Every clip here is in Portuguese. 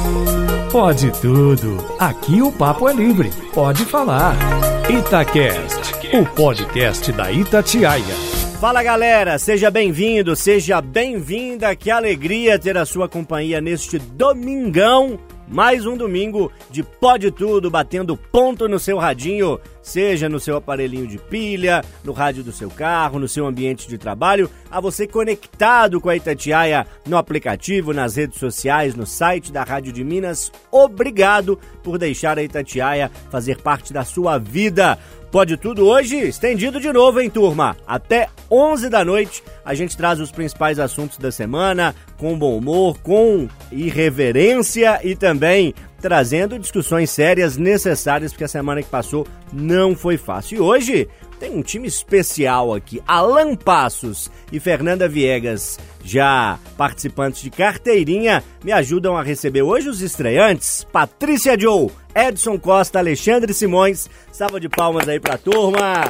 Pode tudo. Aqui o papo é livre. Pode falar. Itacast, o podcast da Itatiaia. Fala galera, seja bem-vindo, seja bem-vinda. Que alegria ter a sua companhia neste domingão. Mais um domingo de Pode Tudo, batendo ponto no seu radinho, seja no seu aparelhinho de pilha, no rádio do seu carro, no seu ambiente de trabalho, a você conectado com a Itatiaia no aplicativo, nas redes sociais, no site da Rádio de Minas. Obrigado por deixar a Itatiaia fazer parte da sua vida. Pode Tudo hoje estendido de novo, hein, turma? Até 11 da noite a gente traz os principais assuntos da semana, com bom humor, com irreverência e também trazendo discussões sérias necessárias, porque a semana que passou não foi fácil. E hoje tem um time especial aqui, Alan Passos e Fernanda Viegas, já participantes de carteirinha, me ajudam a receber hoje os estreantes, Patrícia Joe, Edson Costa, Alexandre Simões. Salva de palmas aí pra turma.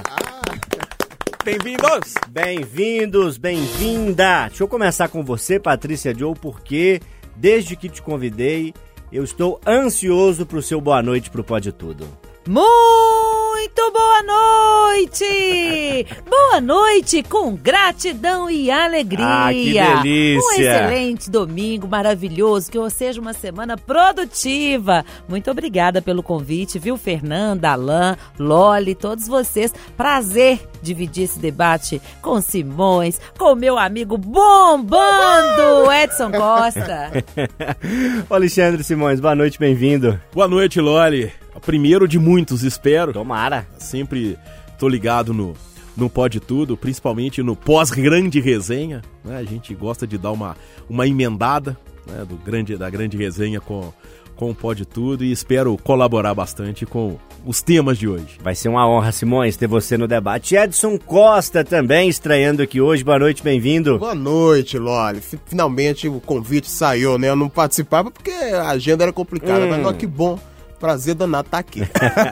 Bem-vindos! Bem-vindos, bem-vinda! Deixa eu começar com você, Patrícia Joe, porque desde que te convidei, eu estou ansioso pro seu boa noite pro Pode Tudo. Muito boa noite! Boa noite com gratidão e alegria. Ah, que delícia! Um excelente domingo maravilhoso, que seja uma semana produtiva. Muito obrigada pelo convite, viu, Fernanda, Alan, Loli, todos vocês. Prazer dividir esse debate com Simões, com meu amigo bombando, Edson Costa. Alexandre Simões, boa noite, bem-vindo. Boa noite, Loli. Primeiro de muitos, espero. Tomara. Sempre tô ligado no Pode Tudo, principalmente no pós-grande resenha, né? A gente gosta de dar uma emendada, né, da grande resenha com o Pode Tudo, e espero colaborar bastante com os temas de hoje. Vai ser uma honra, Simões, ter você no debate. Edson Costa também estreando aqui hoje. Boa noite, bem-vindo. Boa noite, Loli. Finalmente o convite saiu, né? Eu não participava porque a agenda era complicada, mas olha que bom. Prazer danado estar aqui.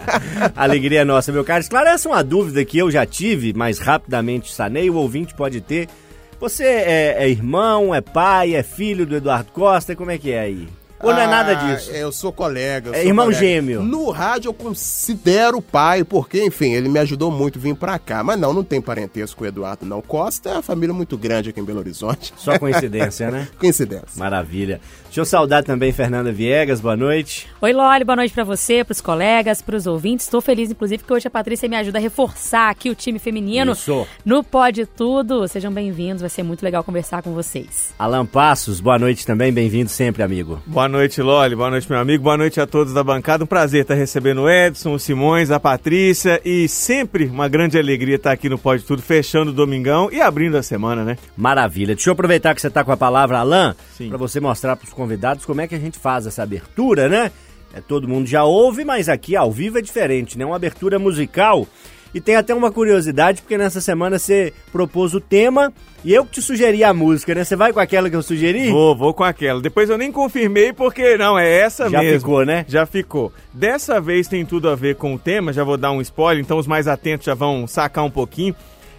Alegria nossa, meu caro. Esclarece uma dúvida que eu já tive, mas rapidamente sanei, o ouvinte pode ter. Você é irmão, é pai, é filho do Eduardo Costa? Como é que é aí? Ou não é nada disso? Eu sou colega. É irmão gêmeo. No rádio eu considero pai, porque, enfim, ele me ajudou muito a vir pra cá. Mas não tem parentesco com o Eduardo, não. Costa é uma família muito grande aqui em Belo Horizonte. Só coincidência, né? Coincidência. Maravilha. Deixa eu saudar também Fernanda Viegas, boa noite. Oi, Loli, boa noite pra você, pros colegas, pros ouvintes. Estou feliz, inclusive, que hoje a Patrícia me ajuda a reforçar aqui o time feminino. Isso. No Pode Tudo. Sejam bem-vindos, vai ser muito legal conversar com vocês. Alan Passos, boa noite também, bem-vindo sempre, amigo. Boa noite, Loli, boa noite, meu amigo, boa noite a todos da bancada. Um prazer estar recebendo o Edson, o Simões, a Patrícia, e sempre uma grande alegria estar aqui no Pode Tudo, fechando o domingão e abrindo a semana, né? Maravilha. Deixa eu aproveitar que você está com a palavra, Alan, para você mostrar para os convidados como é que a gente faz essa abertura, né? Todo mundo já ouve, mas aqui ao vivo é diferente, né? Uma abertura musical. E tem até uma curiosidade, porque nessa semana você propôs o tema e eu que te sugeri a música, né? Você vai com aquela que eu sugeri? Vou com aquela. Depois eu nem confirmei porque, não, é essa mesmo. Já ficou, né? Já ficou. Dessa vez tem tudo a ver com o tema, já vou dar um spoiler, então os mais atentos já vão sacar um pouquinho.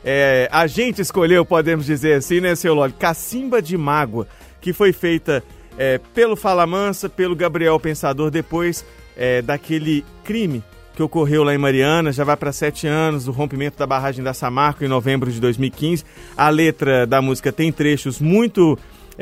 A gente escolheu, podemos dizer assim, né, seu Loli? Cacimba de Mágoa, que foi feita pelo Fala Mansa, pelo Gabriel Pensador, depois daquele crime que ocorreu lá em Mariana, já vai para 7 anos, do rompimento da barragem da Samarco em novembro de 2015. A letra da música tem trechos muito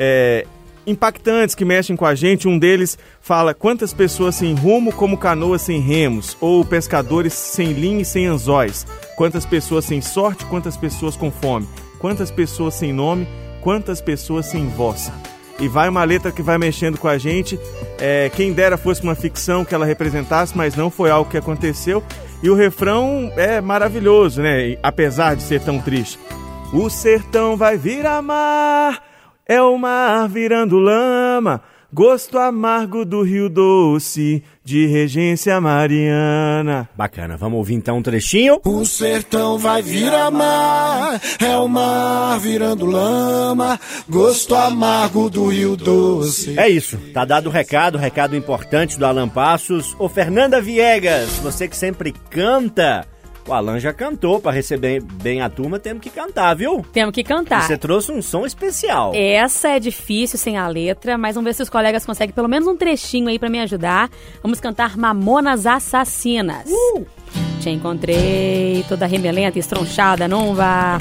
impactantes que mexem com a gente. Um deles fala: quantas pessoas sem rumo como canoas sem remos, ou pescadores sem linha e sem anzóis, quantas pessoas sem sorte, quantas pessoas com fome, quantas pessoas sem nome, quantas pessoas sem voz. E vai uma letra que vai mexendo com a gente. Quem dera fosse uma ficção que ela representasse, mas não foi algo que aconteceu. E o refrão é maravilhoso, né? Apesar de ser tão triste. O sertão vai virar mar, é o mar virando lama, gosto amargo do Rio Doce, de Regência Mariana. Bacana, vamos ouvir então um trechinho. O sertão vai virar mar, é o mar virando lama, gosto amargo do Rio Doce. É isso, tá dado o recado importante do Alan Passos. Ô Fernanda Viegas, você que sempre canta, O Alan já cantou, pra receber bem a turma, temos que cantar, viu? Temos que cantar. E você trouxe um som especial. Essa é difícil sem a letra, mas vamos ver se os colegas conseguem pelo menos um trechinho aí pra me ajudar. Vamos cantar Mamonas Assassinas. Te encontrei toda remelenta, estronchada num bar.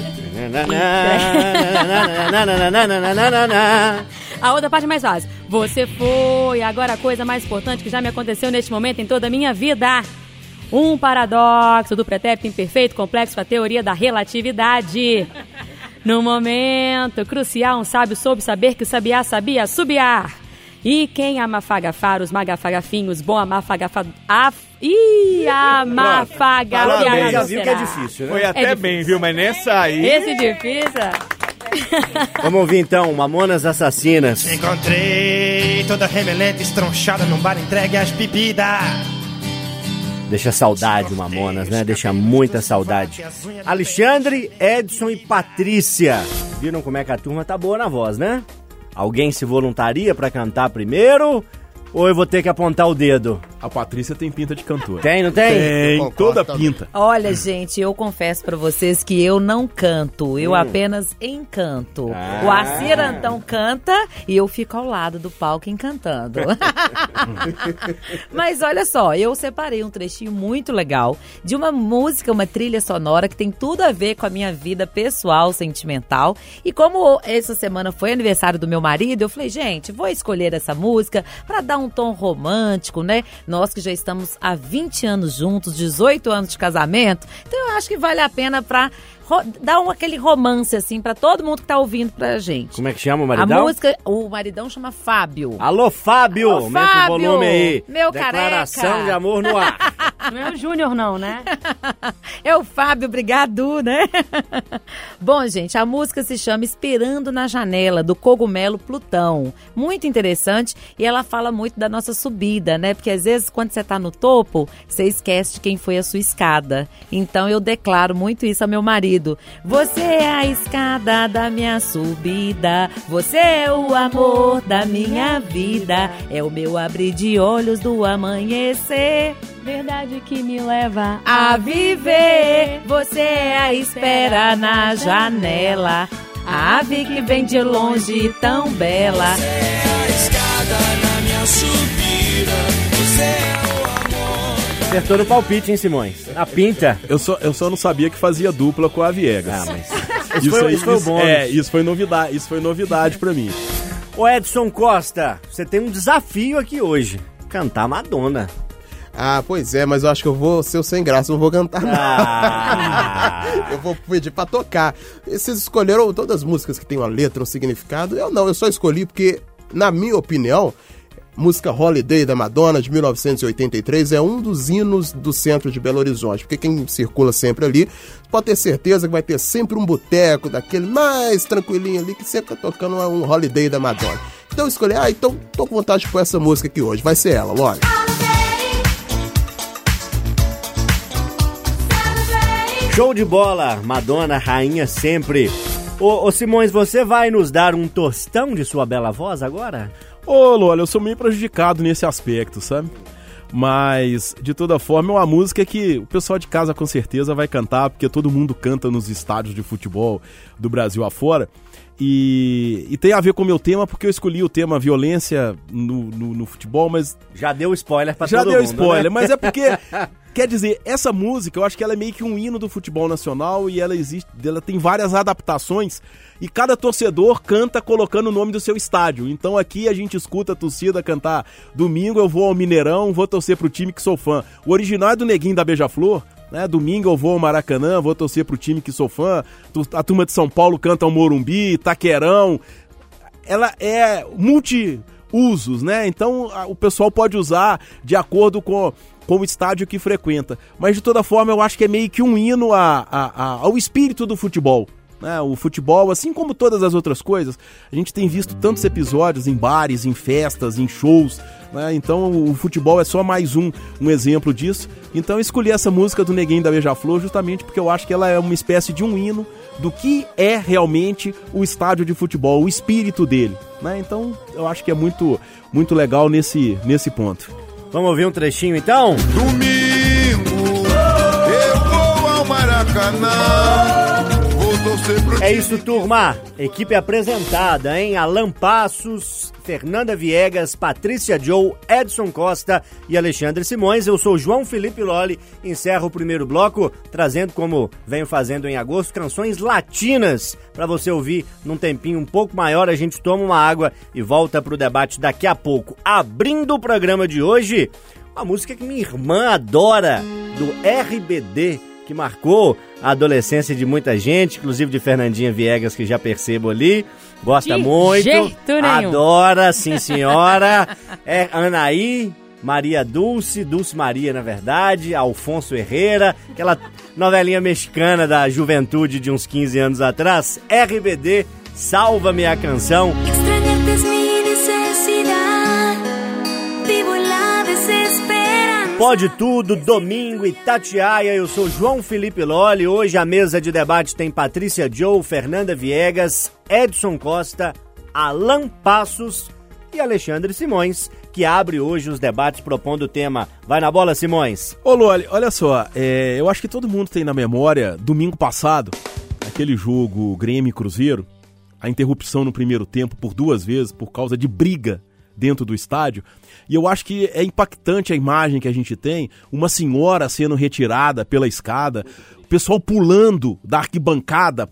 A outra parte é mais fácil. Você foi agora a coisa mais importante que já me aconteceu neste momento em toda a minha vida. Um paradoxo do pretérito imperfeito complexo com a teoria da relatividade. No momento crucial, um sábio soube saber que o sabiá sabia assobiar. E quem amafagafar os magafagafinhos, bom amafagafar... amafagafiar. Já viu que é difícil, né? Foi até bem, viu? Mas nessa aí... Esse difícil... Vamos ouvir então, Mamonas Assassinas. Te encontrei toda remelenta, estronchada num bar entregue às bebidas. Deixa saudade, Mamonas, né? Deixa muita saudade. Alexandre, Edson e Patrícia. Viram como é que a turma tá boa na voz, né? Alguém se voluntaria pra cantar primeiro? Ou eu vou ter que apontar o dedo? A Patrícia tem pinta de cantora. Tem, não tem? Tem, toda pinta. Olha, gente, eu confesso pra vocês que eu não canto, eu apenas encanto. O Acir Antão canta e eu fico ao lado do palco encantando. Mas olha só, eu separei um trechinho muito legal de uma música, uma trilha sonora que tem tudo a ver com a minha vida pessoal, sentimental. E como essa semana foi aniversário do meu marido, eu falei, gente, vou escolher essa música pra dar um tom romântico, né? Nós que já estamos há 20 anos juntos, 18 anos de casamento, então eu acho que vale a pena pra dar aquele romance, assim, pra todo mundo que tá ouvindo pra gente. Como é que chama o maridão? A música, o maridão chama Fábio. Alô, Fábio! Alô, Mete Fábio! o volume aí. Meu Declaração careca. de amor no ar. Não é o Júnior não, né? É o Fábio, obrigado, né? Bom, gente, a música se chama Esperando na Janela, do Cogumelo Plutão. Muito interessante e ela fala muito da nossa subida, né? Porque às vezes quando você tá no topo, você esquece de quem foi a sua escada. Então eu declaro muito isso ao meu marido. Você é a escada da minha subida, você é o amor da minha vida, é o meu abrir de olhos do amanhecer. Verdade que me leva A viver, você é a espera na janela, a ave que vem de longe tão bela. Você é a escada na minha subida, você é o amor. Acertou no palpite, hein, Simões? A pinta. Eu só não sabia que fazia dupla com a Viegas. Ah, mas... Isso foi o bônus. Isso foi novidade pra mim. Ô Edson Costa, você tem um desafio aqui hoje. Cantar Madonna. Ah, pois é, mas eu acho que eu vou ser o sem graça, não vou cantar não. Eu vou pedir pra tocar. Vocês escolheram todas as músicas que tem uma letra, um significado? Eu não, eu só escolhi porque, na minha opinião, música Holiday da Madonna, de 1983, é um dos hinos do centro de Belo Horizonte, porque quem circula sempre ali pode ter certeza que vai ter sempre um boteco daquele mais tranquilinho ali, que sempre tá tocando um Holiday da Madonna. Então eu escolhi, então tô com vontade de pôr essa música aqui hoje, vai ser ela, olha. Show de bola, Madonna, rainha sempre. Ô Simões, você vai nos dar um tostão de sua bela voz agora? Ô, Lola, eu sou meio prejudicado nesse aspecto, sabe? Mas, de toda forma, é uma música que o pessoal de casa com certeza vai cantar, porque todo mundo canta nos estádios de futebol do Brasil afora. E tem a ver com o meu tema, porque eu escolhi o tema violência no futebol, mas... Já deu spoiler pra todo mundo, Já deu spoiler, né? mas é porque... Quer dizer, essa música, eu acho que ela é meio que um hino do futebol nacional e ela tem várias adaptações e cada torcedor canta colocando o nome do seu estádio. Então aqui a gente escuta a torcida cantar domingo eu vou ao Mineirão, vou torcer pro time que sou fã. O original é do Neguinho da Beija-Flor, né? Domingo eu vou ao Maracanã, vou torcer pro time que sou fã. A turma de São Paulo canta o Morumbi, Itaquerão. Ela é multi-usos, né? Então o pessoal pode usar de acordo com o estádio que frequenta. Mas de toda forma eu acho que é meio que um hino ao espírito do futebol. Né? O futebol, assim como todas as outras coisas, a gente tem visto tantos episódios em bares, em festas, em shows, né? Então o futebol é só mais um exemplo disso. Então eu escolhi essa música do Neguinho da Beija-Flor justamente porque eu acho que ela é uma espécie de um hino do que é realmente o estádio de futebol, o espírito dele, né? Então eu acho que é muito, muito legal nesse ponto. Vamos ouvir um trechinho então? Domingo, eu vou Maracanã. Vou torcer pro É isso, turma. Equipe apresentada, hein? Alan Passos, Fernanda Viegas, Patrícia Joe, Edson Costa e Alexandre Simões. Eu sou João Felipe Lolli. Encerro o primeiro bloco trazendo, como venho fazendo em agosto, canções latinas para você ouvir num tempinho um pouco maior. A gente toma uma água e volta pro debate daqui a pouco. Abrindo o programa de hoje, uma música que minha irmã adora, do RBD, que marcou a adolescência de muita gente, inclusive de Fernandinha Viegas, que já percebo ali, gosta De muito, jeito nenhum. adora, sim senhora, é Anaí, Maria Dulce Maria, na verdade, Alfonso Herrera, aquela novelinha mexicana da juventude de uns 15 anos atrás, RBD, Salva-me a Canção. Extrañarte es mi necesidad, vivo en la desesperanza. Pode Tudo, domingo, Itatiaia. Eu sou João Felipe Lolli. Hoje a mesa de debate tem Patrícia Joe, Fernanda Viegas, Edson Costa, Alan Passos e Alexandre Simões, que abre hoje os debates propondo o tema. Vai na bola, Simões. Ô Lolli, olha só, eu acho que todo mundo tem na memória, domingo passado, aquele jogo Grêmio e Cruzeiro, a interrupção no primeiro tempo por 2 vezes por causa de briga dentro do estádio, e eu acho que é impactante a imagem que a gente tem, uma senhora sendo retirada pela escada, o pessoal pulando da arquibancada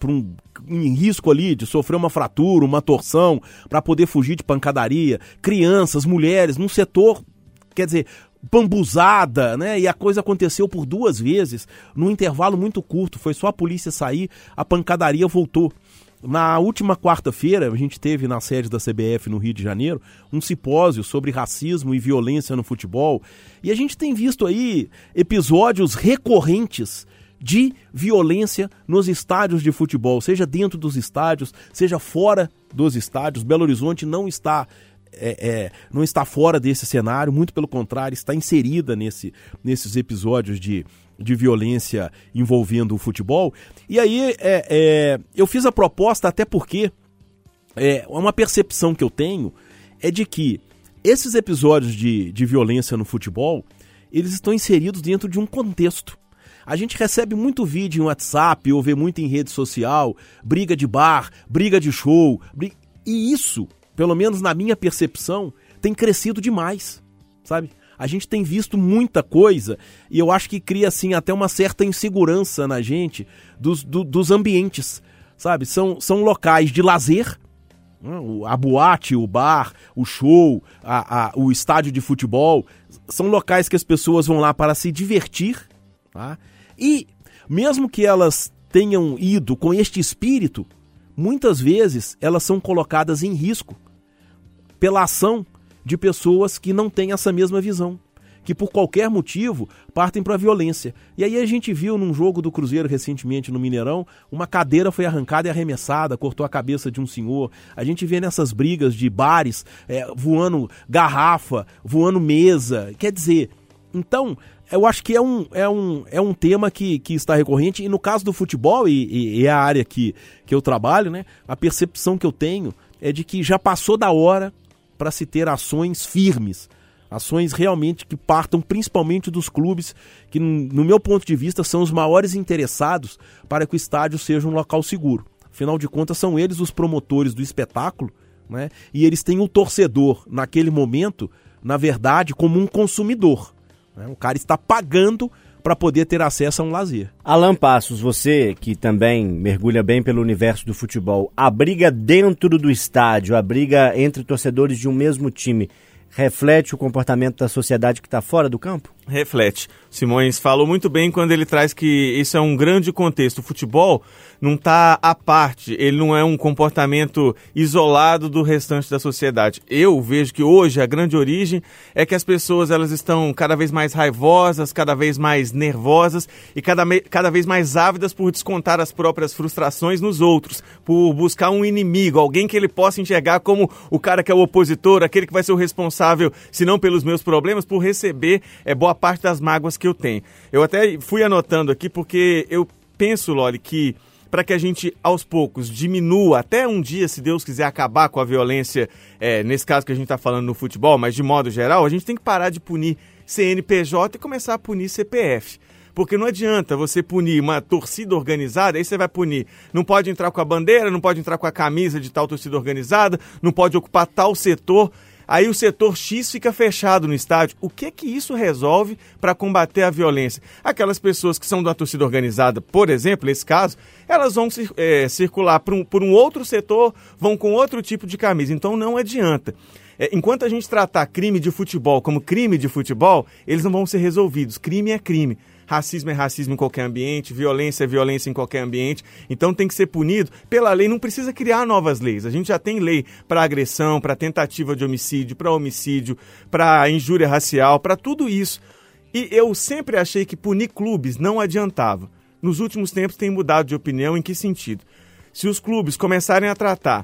em risco ali de sofrer uma fratura, uma torção, para poder fugir de pancadaria, crianças, mulheres, num setor, quer dizer, bambuzada, né? E a coisa aconteceu por 2 vezes, num intervalo muito curto, foi só a polícia sair, a pancadaria voltou. Na última quarta-feira, a gente teve na sede da CBF no Rio de Janeiro um simpósio sobre racismo e violência no futebol, e a gente tem visto aí episódios recorrentes de violência nos estádios de futebol, seja dentro dos estádios, seja fora dos estádios. Belo Horizonte não está fora desse cenário, muito pelo contrário, está inserida nesses episódios de violência envolvendo o futebol. E aí eu fiz a proposta até porque uma percepção que eu tenho é de que esses episódios de violência no futebol, eles estão inseridos dentro de um contexto. A gente recebe muito vídeo em WhatsApp, ou vê muito em rede social, briga de bar, briga de show, e isso, pelo menos na minha percepção, tem crescido demais, sabe? A gente tem visto muita coisa e eu acho que cria assim até uma certa insegurança na gente dos ambientes, sabe? São locais de lazer, a boate, o bar, o show, o estádio de futebol, são locais que as pessoas vão lá para se divertir, tá? E mesmo que elas tenham ido com este espírito, muitas vezes elas são colocadas em risco pela ação de pessoas que não têm essa mesma visão, que por qualquer motivo partem para a violência. E aí a gente viu num jogo do Cruzeiro recentemente no Mineirão, uma cadeira foi arrancada e arremessada, cortou a cabeça de um senhor. A gente vê nessas brigas de bares, voando garrafa, voando mesa. Quer dizer, então, eu acho que é um tema que está recorrente, e no caso do futebol, e é a área que eu trabalho, né, a percepção que eu tenho é de que já passou da hora para se ter ações firmes, ações realmente que partam principalmente dos clubes, que no meu ponto de vista são os maiores interessados para que o estádio seja um local seguro. Afinal de contas, são eles os promotores do espetáculo, né? E eles têm o torcedor, naquele momento, na verdade, como um consumidor, né? O cara está pagando para poder ter acesso a um lazer. Alan Passos, você que também mergulha bem pelo universo do futebol, a briga dentro do estádio, a briga entre torcedores de um mesmo time, reflete o comportamento da sociedade que está fora do campo? Reflete. Simões falou muito bem quando ele traz que isso é um grande contexto. O futebol não está à parte, ele não é um comportamento isolado do restante da sociedade. Eu vejo que hoje a grande origem é que as pessoas elas estão cada vez mais raivosas, cada vez mais nervosas e cada vez mais ávidas por descontar as próprias frustrações nos outros, por buscar um inimigo, alguém que ele possa enxergar como o cara que é o opositor, aquele que vai ser o responsável, se não pelos meus problemas, por receber boa parte das mágoas que eu tenho. Eu até fui anotando aqui porque eu penso, Lolli, que para que a gente, aos poucos, diminua, até um dia, se Deus quiser, acabar com a violência, nesse caso que a gente está falando no futebol, mas de modo geral, a gente tem que parar de punir CNPJ e começar a punir CPF. Porque não adianta você punir uma torcida organizada, aí você vai punir, não pode entrar com a bandeira, não pode entrar com a camisa de tal torcida organizada, não pode ocupar tal setor. Aí o setor X fica fechado no estádio. O que isso resolve para combater a violência? Aquelas pessoas que são da torcida organizada, por exemplo, nesse caso, elas vão circular por um outro setor, vão com outro tipo de camisa. Então não adianta. Enquanto a gente tratar crime de futebol como crime de futebol, eles não vão ser resolvidos. Crime é crime. Racismo é racismo em qualquer ambiente, violência é violência em qualquer ambiente. Então tem que ser punido pela lei, não precisa criar novas leis. A gente já tem lei para agressão, para tentativa de homicídio, para injúria racial, para tudo isso. E eu sempre achei que punir clubes não adiantava. Nos últimos tempos tem mudado de opinião. Em que sentido? Se os clubes começarem a tratar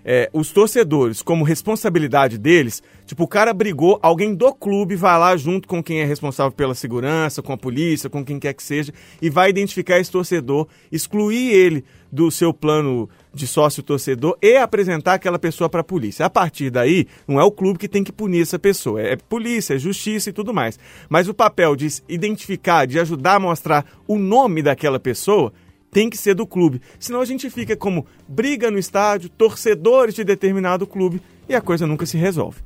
os torcedores como responsabilidade deles, tipo, o cara brigou, alguém do clube vai lá junto com quem é responsável pela segurança, com a polícia, com quem quer que seja, e vai identificar esse torcedor, excluir ele do seu plano de sócio-torcedor e apresentar aquela pessoa para a polícia. A partir daí, não é o clube que tem que punir essa pessoa, é polícia, é justiça e tudo mais. Mas o papel de identificar, de ajudar a mostrar o nome daquela pessoa, tem que ser do clube. Senão a gente fica como briga no estádio, torcedores de determinado clube, e a coisa nunca se resolve.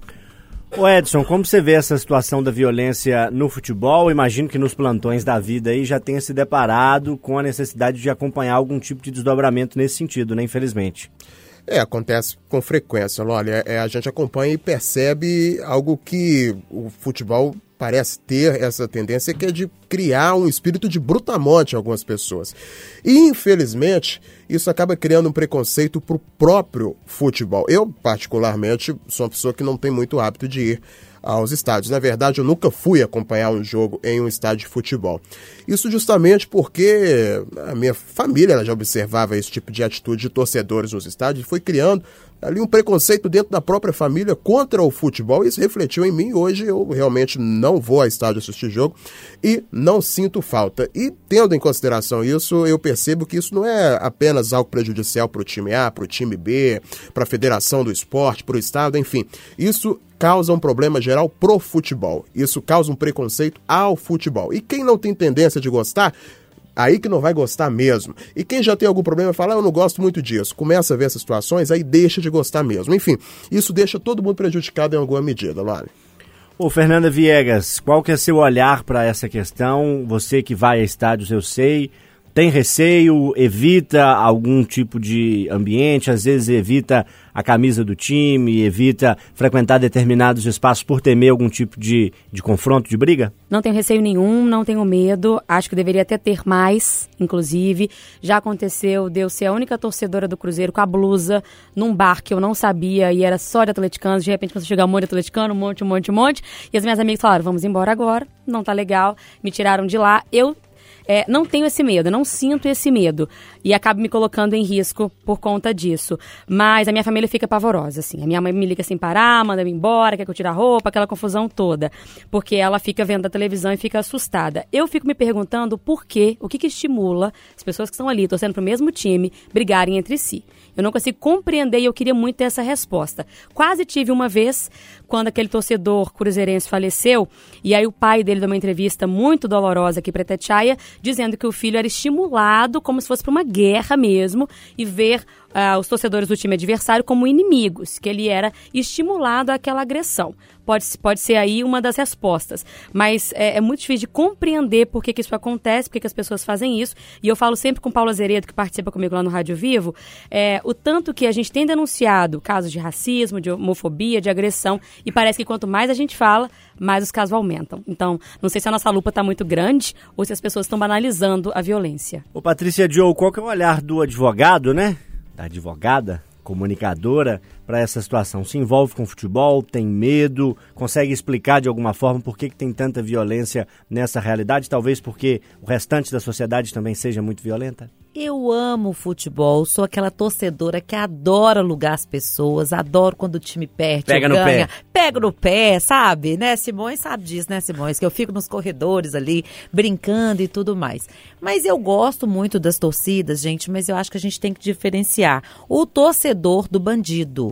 Ô Edson, como você vê essa situação da violência no futebol? Imagino que nos plantões da vida aí já tenha se deparado com a necessidade de acompanhar algum tipo de desdobramento nesse sentido, né? Infelizmente. Acontece com frequência, olha, a gente acompanha e percebe algo que o futebol parece ter essa tendência, que é de criar um espírito de brutamonte em algumas pessoas. E, infelizmente, isso acaba criando um preconceito para o próprio futebol. Eu, particularmente, sou uma pessoa que não tem muito hábito de ir aos estádios. Na verdade, eu nunca fui acompanhar um jogo em um estádio de futebol. Isso justamente porque a minha família ela já observava esse tipo de atitude de torcedores nos estádios e foi criando ali um preconceito dentro da própria família contra o futebol. Isso refletiu em mim. Hoje eu realmente não vou a estádio assistir jogo e não sinto falta. E tendo em consideração isso, eu percebo que isso não é apenas algo prejudicial para o time A, para o time B, para a federação do esporte, para o estado, enfim. Isso causa um problema geral pro futebol. Isso causa um preconceito ao futebol. E quem não tem tendência de gostar, aí que não vai gostar mesmo. E quem já tem algum problema fala, eu não gosto muito disso. Começa a ver essas situações, aí deixa de gostar mesmo. Enfim, isso deixa todo mundo prejudicado em alguma medida, Lali. Ô, Fernanda Viegas, qual que é seu olhar para essa questão? Você que vai a estádios, eu sei, tem receio, evita algum tipo de ambiente, às vezes evita a camisa do time, evita frequentar determinados espaços por temer algum tipo de confronto, de briga? Não tenho receio nenhum, não tenho medo, acho que deveria até ter mais, inclusive. Já aconteceu de eu ser a única torcedora do Cruzeiro com a blusa num bar que eu não sabia e era só de atleticanos, de repente começou a chegar um monte de atleticano, um monte, e as minhas amigas falaram, vamos embora agora, não tá legal, me tiraram de lá, eu não tenho esse medo, não sinto esse medo e acabo me colocando em risco por conta disso, mas a minha família fica pavorosa, assim, a minha mãe me liga sem parar, manda-me embora, quer que eu tire a roupa, aquela confusão toda, porque ela fica vendo a televisão e fica assustada. Eu fico me perguntando por quê, o que estimula as pessoas que estão ali torcendo pro mesmo time brigarem entre si. Eu não consigo compreender e eu queria muito ter essa resposta. Quase tive uma vez, quando aquele torcedor cruzeirense faleceu, e aí o pai dele deu uma entrevista muito dolorosa aqui para Itatiaia, dizendo que o filho era estimulado como se fosse para uma guerra mesmo, e ver os torcedores do time adversário como inimigos, que ele era estimulado àquela agressão. Pode ser aí uma das respostas, mas é muito difícil de compreender por que isso acontece, por que as pessoas fazem isso, e eu falo sempre com o Paulo Azeredo, que participa comigo lá no Rádio Vivo, o tanto que a gente tem denunciado casos de racismo, de homofobia, de agressão, e parece que quanto mais a gente fala, mais os casos aumentam. Então, não sei se a nossa lupa está muito grande ou se as pessoas estão banalizando a violência. Ô Patrícia Joe, qual que é o olhar do advogado, né? Da advogada, comunicadora, para essa situação? Se envolve com futebol, tem medo, consegue explicar de alguma forma por que tem tanta violência nessa realidade? Talvez porque o restante da sociedade também seja muito violenta? Eu amo futebol, sou aquela torcedora que adora alugar as pessoas, adoro quando o time perde, pega no ganha, pé. Pego no pé, sabe? Né, Simões sabe disso, né, Simões? Que eu fico nos corredores ali, brincando e tudo mais. Mas eu gosto muito das torcidas, gente, mas eu acho que a gente tem que diferenciar o torcedor do bandido.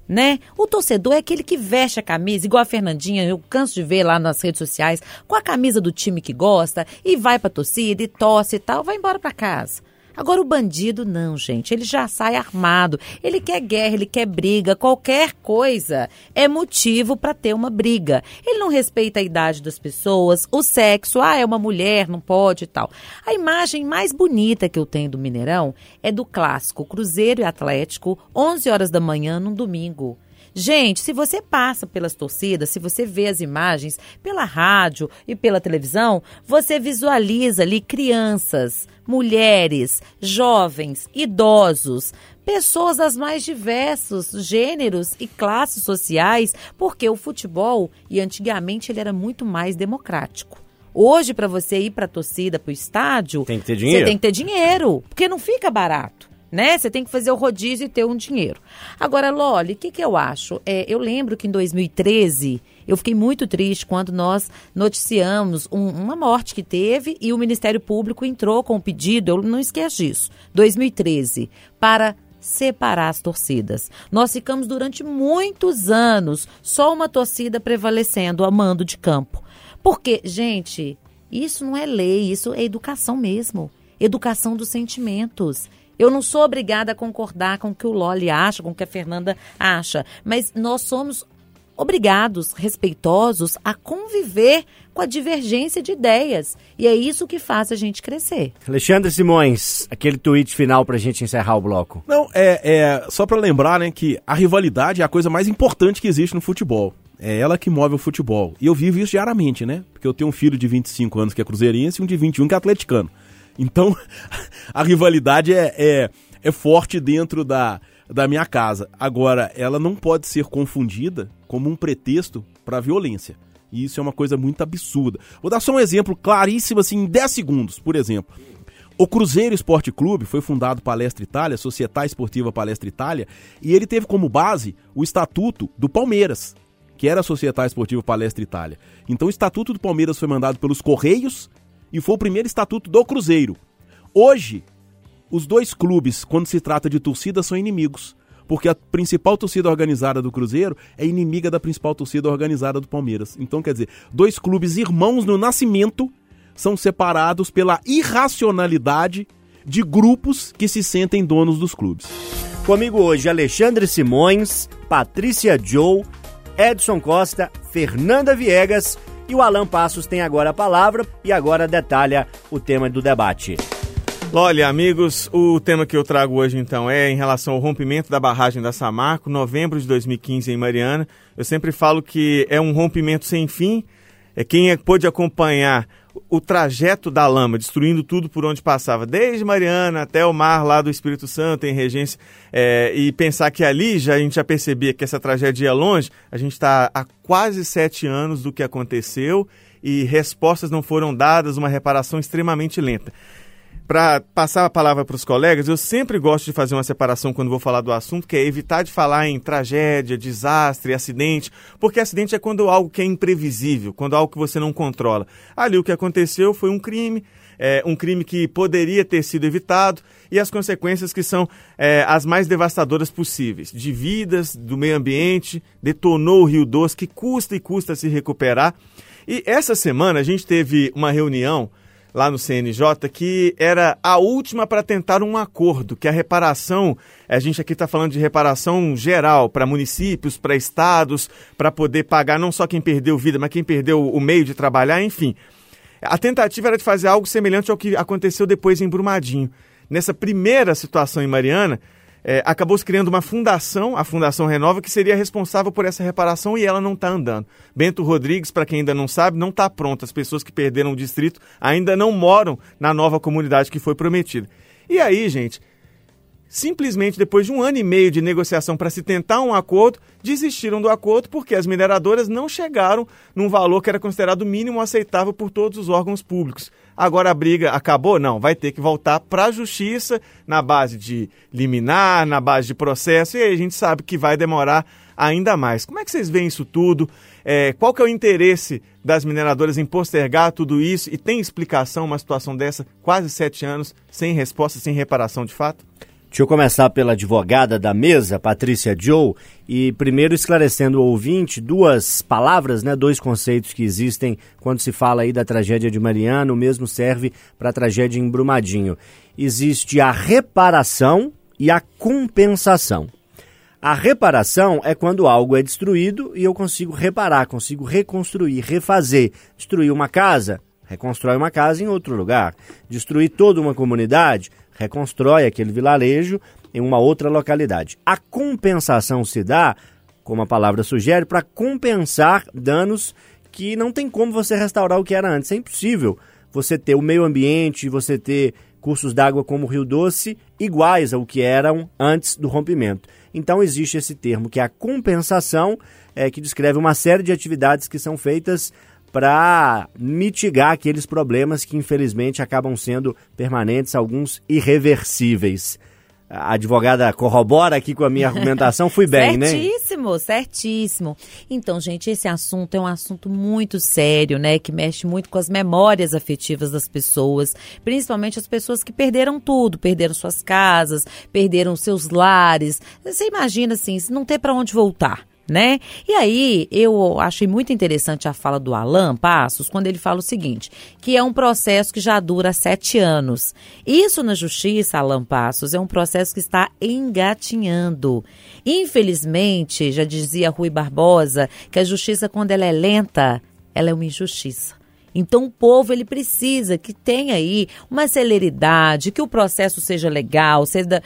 né? O torcedor é aquele que veste a camisa, igual a Fernandinha, eu canso de ver lá nas redes sociais, com a camisa do time que gosta, e vai pra torcida, e torce e tal, vai embora pra casa. Agora o bandido não, gente, ele já sai armado, ele quer guerra, ele quer briga, qualquer coisa é motivo para ter uma briga. Ele não respeita a idade das pessoas, o sexo, é uma mulher, não pode e tal. A imagem mais bonita que eu tenho do Mineirão é do clássico Cruzeiro e Atlético, 11 horas da manhã num domingo. Gente, se você passa pelas torcidas, se você vê as imagens pela rádio e pela televisão, você visualiza ali crianças, mulheres, jovens, idosos, pessoas das mais diversos gêneros e classes sociais, porque o futebol, e antigamente ele era muito mais democrático. Hoje, para você ir para a torcida, para o estádio, tem que ter dinheiro. Você tem que ter dinheiro, porque não fica barato. Né? Você tem que fazer o rodízio e ter um dinheiro. Agora, Loli, o que eu acho? Eu lembro que em 2013, eu fiquei muito triste quando nós noticiamos uma morte que teve e o Ministério Público entrou com um pedido, eu não esqueço disso, 2013, para separar as torcidas. Nós ficamos durante muitos anos só uma torcida prevalecendo, a mando de campo. Porque, gente, isso não é lei, isso é educação mesmo. Educação dos sentimentos. Eu não sou obrigada a concordar com o que o Loli acha, com o que a Fernanda acha, mas nós somos obrigados, respeitosos, a conviver com a divergência de ideias. E é isso que faz a gente crescer. Alexandre Simões, aquele tweet final pra gente encerrar o bloco. Não, só pra lembrar, né, que a rivalidade é a coisa mais importante que existe no futebol. É ela que move o futebol. E eu vivo isso diariamente, né? Porque eu tenho um filho de 25 anos que é cruzeirense e um de 21 que é atleticano. Então, a rivalidade é forte dentro da minha casa. Agora, ela não pode ser confundida como um pretexto para a violência. E isso é uma coisa muito absurda. Vou dar só um exemplo claríssimo, assim, em 10 segundos, por exemplo. O Cruzeiro Esporte Clube foi fundado Palestra Itália, Società Esportiva Palestra Itália, e ele teve como base o Estatuto do Palmeiras, que era a Società Esportiva Palestra Itália. Então, o Estatuto do Palmeiras foi mandado pelos Correios, e foi o primeiro estatuto do Cruzeiro. Hoje, os dois clubes, quando se trata de torcida, são inimigos. Porque a principal torcida organizada do Cruzeiro é inimiga da principal torcida organizada do Palmeiras. Então, quer dizer, dois clubes irmãos no nascimento são separados pela irracionalidade de grupos que se sentem donos dos clubes. Comigo hoje, Alexandre Simões, Patrícia Joe, Edson Costa, Fernanda Viegas. E o Alan Passos tem agora a palavra e agora detalha o tema do debate. Olha, amigos, o tema que eu trago hoje, então, é em relação ao rompimento da barragem da Samarco, novembro de 2015 em Mariana. Eu sempre falo que é um rompimento sem fim. Quem pôde acompanhar o trajeto da lama, destruindo tudo por onde passava, desde Mariana até o mar lá do Espírito Santo, em Regência, e pensar que ali a gente já percebia que essa tragédia ia longe. A gente está há quase 7 anos do que aconteceu e respostas não foram dadas, uma reparação extremamente lenta. Para passar a palavra para os colegas, eu sempre gosto de fazer uma separação quando vou falar do assunto, que é evitar de falar em tragédia, desastre, acidente, porque acidente é quando algo que é imprevisível, quando algo que você não controla. Ali o que aconteceu foi um crime que poderia ter sido evitado e as consequências que são as mais devastadoras possíveis, de vidas, do meio ambiente, detonou o Rio Doce, que custa e custa se recuperar. E essa semana a gente teve uma reunião lá no CNJ, que era a última para tentar um acordo, que a reparação, a gente aqui está falando de reparação geral para municípios, para estados, para poder pagar não só quem perdeu vida, mas quem perdeu o meio de trabalhar, enfim. A tentativa era de fazer algo semelhante ao que aconteceu depois em Brumadinho. Nessa primeira situação em Mariana, acabou se criando uma fundação, a Fundação Renova, que seria responsável por essa reparação e ela não está andando. Bento Rodrigues, para quem ainda não sabe, não está pronto. As pessoas que perderam o distrito ainda não moram na nova comunidade que foi prometida. E aí, gente, simplesmente depois de 1 ano e meio de negociação para se tentar um acordo, desistiram do acordo porque as mineradoras não chegaram num valor que era considerado mínimo aceitável por todos os órgãos públicos. Agora a briga acabou? Não, vai ter que voltar para a justiça na base de liminar, na base de processo, e aí a gente sabe que vai demorar ainda mais. Como é que vocês veem isso tudo? Qual que é o interesse das mineradoras em postergar tudo isso? E tem explicação uma situação dessa, quase 7 anos, sem resposta, sem reparação de fato? Deixa eu começar pela advogada da mesa, Patrícia Joe, e primeiro esclarecendo o ouvinte, duas palavras, né, dois conceitos que existem quando se fala aí da tragédia de Mariana, o mesmo serve para a tragédia em Brumadinho. Existe a reparação e a compensação. A reparação é quando algo é destruído e eu consigo reparar, consigo reconstruir, refazer. Destruir uma casa, reconstrói uma casa em outro lugar. Destruir toda uma comunidade, reconstrói aquele vilarejo em uma outra localidade. A compensação se dá, como a palavra sugere, para compensar danos que não tem como você restaurar o que era antes. É impossível você ter o meio ambiente, você ter cursos d'água como o Rio Doce iguais ao que eram antes do rompimento. Então existe esse termo que é a compensação, que descreve uma série de atividades que são feitas para mitigar aqueles problemas que infelizmente acabam sendo permanentes, alguns irreversíveis. A advogada corrobora aqui com a minha argumentação, fui bem, né? Certíssimo, certíssimo. Então, gente, esse assunto é um assunto muito sério, né? Que mexe muito com as memórias afetivas das pessoas, principalmente as pessoas que perderam tudo, perderam suas casas, perderam seus lares. Você imagina, assim, se não ter para onde voltar, né? E aí, eu achei muito interessante a fala do Alan Passos, quando ele fala o seguinte, que é um processo que já dura 7 anos. Isso na justiça, Alan Passos, é um processo que está engatinhando. Infelizmente, já dizia Rui Barbosa, que a justiça, quando ela é lenta, ela é uma injustiça. Então o povo ele precisa que tenha aí uma celeridade, que o processo seja legal,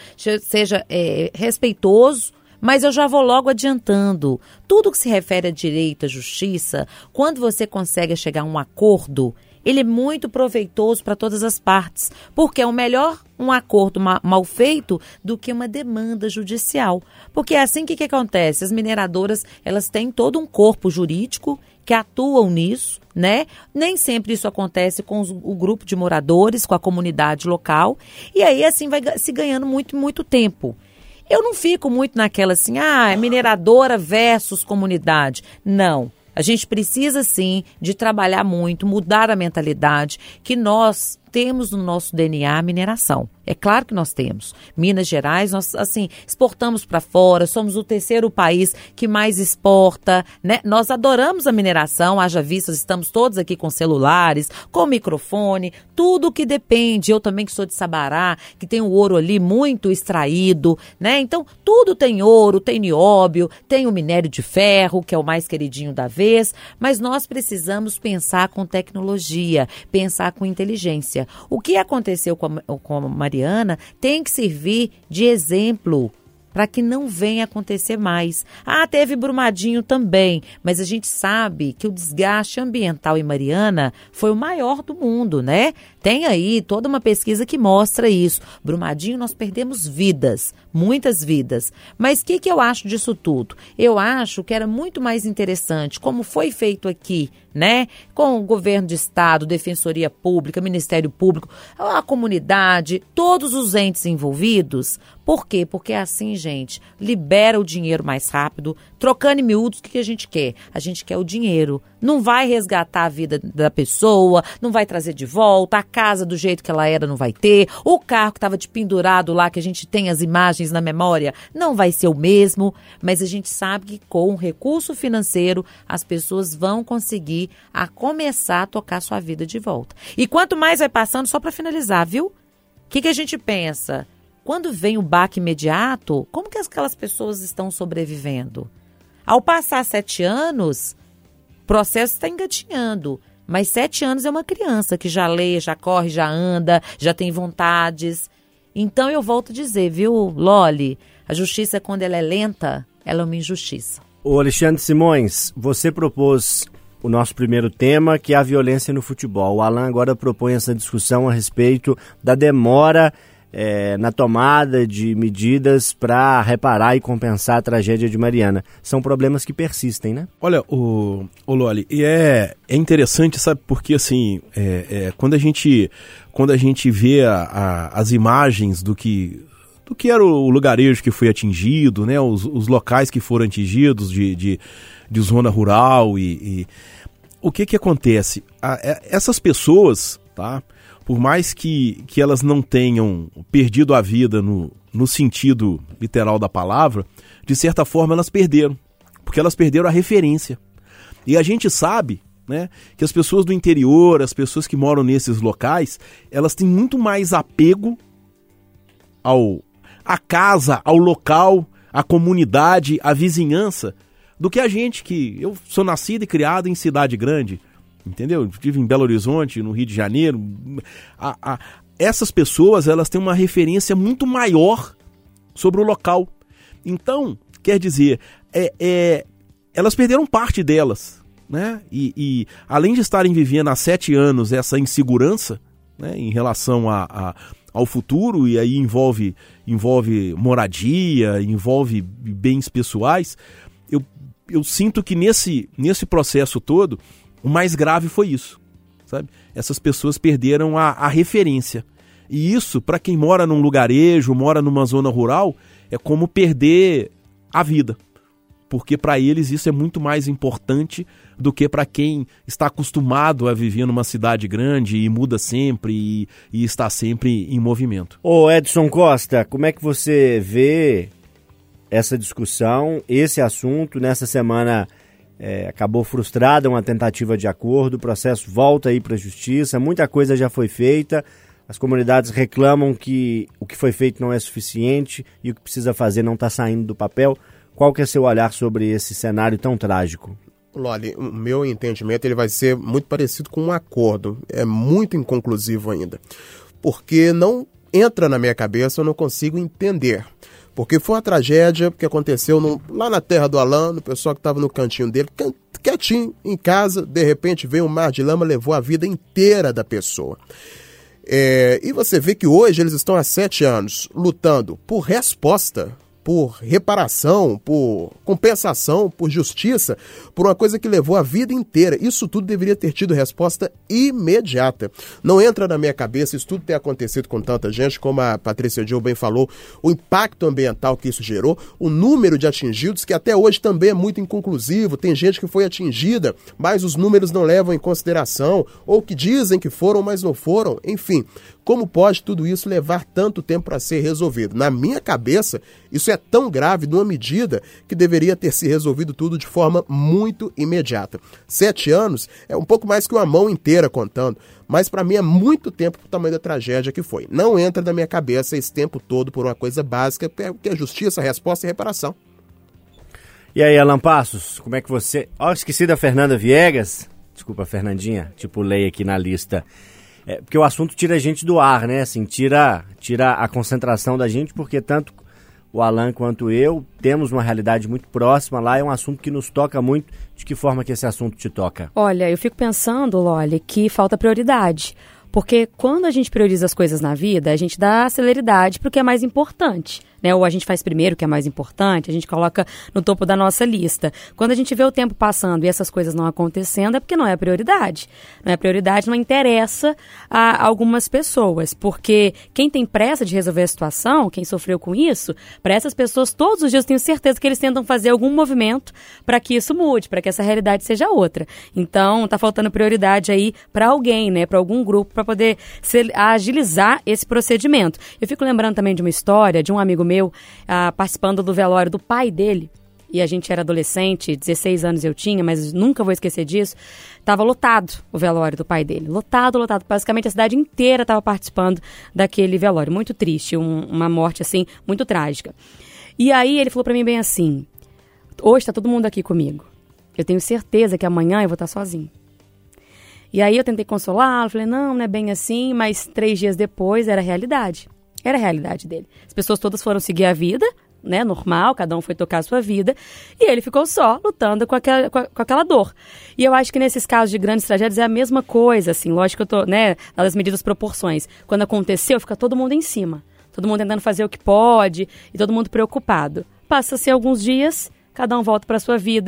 seja respeitoso. Mas eu já vou logo adiantando, tudo que se refere a direito, à justiça, quando você consegue chegar a um acordo, ele é muito proveitoso para todas as partes, porque é o melhor um acordo mal feito do que uma demanda judicial. Porque é assim que acontece, as mineradoras elas têm todo um corpo jurídico que atuam nisso, né? Nem sempre isso acontece com o grupo de moradores, com a comunidade local, e aí assim vai se ganhando muito tempo. Eu não fico muito naquela assim, mineradora versus comunidade. Não. A gente precisa, sim, de trabalhar muito, mudar a mentalidade, que nós temos no nosso DNA a mineração. É claro que nós temos. Minas Gerais, nós, assim, exportamos para fora, somos o 3º país que mais exporta, né? Nós adoramos a mineração, haja vistas, estamos todos aqui com celulares, com microfone, tudo que depende. Eu também que sou de Sabará, que tem o ouro ali muito extraído, né? Então, tudo tem ouro, tem nióbio, tem o minério de ferro, que é o mais queridinho da vez, mas nós precisamos pensar com tecnologia, pensar com inteligência. O que aconteceu com a Mariana tem que servir de exemplo para que não venha acontecer mais. Teve Brumadinho também, mas a gente sabe que o desgaste ambiental em Mariana foi o maior do mundo, né? Tem aí toda uma pesquisa que mostra isso. Brumadinho nós perdemos vidas, muitas vidas. Mas o que eu acho disso tudo? Eu acho que era muito mais interessante, como foi feito aqui, né? Com o governo de estado, Defensoria Pública, Ministério Público, a comunidade, todos os entes envolvidos. Por quê? Porque assim, gente, libera o dinheiro mais rápido, trocando em miúdos, o que a gente quer? A gente quer o dinheiro. Não vai resgatar a vida da pessoa, não vai trazer de volta, a casa do jeito que ela era não vai ter, o carro que estava de pendurado lá, que a gente tem as imagens na memória, não vai ser o mesmo, mas a gente sabe que com o recurso financeiro as pessoas vão conseguir a começar a tocar sua vida de volta. E quanto mais vai passando, só para finalizar, viu? O que a gente pensa? Quando vem o baque imediato, como que aquelas pessoas estão sobrevivendo? Ao passar 7 anos, o processo está engatinhando. Mas 7 anos é uma criança que já lê, já corre, já anda, já tem vontades. Então eu volto a dizer, viu, Loli? A justiça, quando ela é lenta, ela é uma injustiça. Ô Alexandre Simões, você propôs o nosso primeiro tema, que é a violência no futebol. O Alan agora propõe essa discussão a respeito da demora na tomada de medidas para reparar e compensar a tragédia de Mariana. São problemas que persistem, né? Olha, o Loli, e é interessante, sabe, porque assim, quando a gente vê as imagens do que era o lugarejo que foi atingido, né, os locais que foram atingidos de zona rural e o que acontece? Essas pessoas, tá? por mais que elas não tenham perdido a vida no sentido literal da palavra, de certa forma elas perderam, porque elas perderam a referência. E a gente sabe, né, que as pessoas do interior, as pessoas que moram nesses locais, elas têm muito mais apego à casa, ao local, à comunidade, à vizinhança, do que a gente, que eu sou nascido e criado em cidade grande, entendeu? Estive em Belo Horizonte, no Rio de Janeiro. Essas pessoas, elas têm uma referência muito maior sobre o local. Então, quer dizer, elas perderam parte delas, né? E além de estarem vivendo há 7 anos essa insegurança, né, em relação ao futuro, e aí envolve moradia, envolve bens pessoais, eu sinto que nesse processo todo, o mais grave foi isso, sabe? Essas pessoas perderam a referência. E isso, para quem mora num lugarejo, mora numa zona rural, é como perder a vida. Porque para eles isso é muito mais importante do que para quem está acostumado a viver numa cidade grande e muda sempre e está sempre em movimento. Ô Edson Costa, como é que você vê essa discussão, esse assunto? Nessa semana acabou frustrada uma tentativa de acordo, o processo volta aí para a justiça, muita coisa já foi feita, as comunidades reclamam que o que foi feito não é suficiente e o que precisa fazer não está saindo do papel. Qual que é seu olhar sobre esse cenário tão trágico? Loli, o meu entendimento ele vai ser muito parecido com um acordo, é muito inconclusivo ainda, porque não entra na minha cabeça, eu não consigo entender. Porque foi uma tragédia que aconteceu lá na terra do Alan, o pessoal que estava no cantinho dele, quietinho, em casa, de repente veio um mar de lama, levou a vida inteira da pessoa. E você vê que hoje eles estão há 7 anos lutando por resposta, por reparação, por compensação, por justiça, por uma coisa que levou a vida inteira. Isso tudo deveria ter tido resposta imediata. Não entra na minha cabeça isso tudo ter acontecido com tanta gente, como a Patrícia Gil bem falou, o impacto ambiental que isso gerou, o número de atingidos, que até hoje também é muito inconclusivo. Tem gente que foi atingida, mas os números não levam em consideração, ou que dizem que foram, mas não foram. Enfim, como pode tudo isso levar tanto tempo para ser resolvido? Na minha cabeça, isso é tão grave, numa medida, que deveria ter se resolvido tudo de forma muito imediata. 7 anos é um pouco mais que uma mão inteira contando, mas para mim é muito tempo pro tamanho da tragédia que foi. Não entra na minha cabeça esse tempo todo por uma coisa básica, que é justiça, resposta e reparação. E aí, Alan Passos, como é que você... esqueci da Fernanda Viegas. Desculpa, Fernandinha, te pulei aqui na lista. Porque o assunto tira a gente do ar, né? Assim, tira a concentração da gente, porque tanto o Alan quanto eu temos uma realidade muito próxima lá, é um assunto que nos toca muito. De que forma que esse assunto te toca? Olha, eu fico pensando, Loli, que falta prioridade. Porque quando a gente prioriza as coisas na vida, a gente dá celeridade para o que é mais importante, né? Ou a gente faz primeiro o que é mais importante, a gente coloca no topo da nossa lista. Quando a gente vê o tempo passando e essas coisas não acontecendo, é porque não é prioridade. Não é prioridade, não interessa a algumas pessoas, porque quem tem pressa de resolver a situação, quem sofreu com isso, para essas pessoas todos os dias eu tenho certeza que eles tentam fazer algum movimento para que isso mude, para que essa realidade seja outra. Então, tá faltando prioridade aí para alguém, né? Para algum grupo, para poder agilizar esse procedimento. Eu fico lembrando também de uma história de um amigo meu participando do velório do pai dele, e a gente era adolescente, 16 anos eu tinha, mas nunca vou esquecer disso. Tava lotado o velório do pai dele, lotado, basicamente a cidade inteira estava participando daquele velório, muito triste, uma morte assim, muito trágica. E aí ele falou para mim bem assim: hoje tá todo mundo aqui comigo, eu tenho certeza que amanhã eu vou estar sozinho. E aí eu tentei consolá-lo, falei, não é bem assim, mas 3 dias depois era a realidade dele. As pessoas todas foram seguir a vida, né, normal, cada um foi tocar a sua vida, e ele ficou só lutando com aquela dor. E eu acho que nesses casos de grandes tragédias é a mesma coisa, assim, lógico que eu tô, né, das medidas proporções. Quando aconteceu, fica todo mundo em cima, todo mundo tentando fazer o que pode, e todo mundo preocupado. Passa-se alguns dias, cada um volta para a sua vida,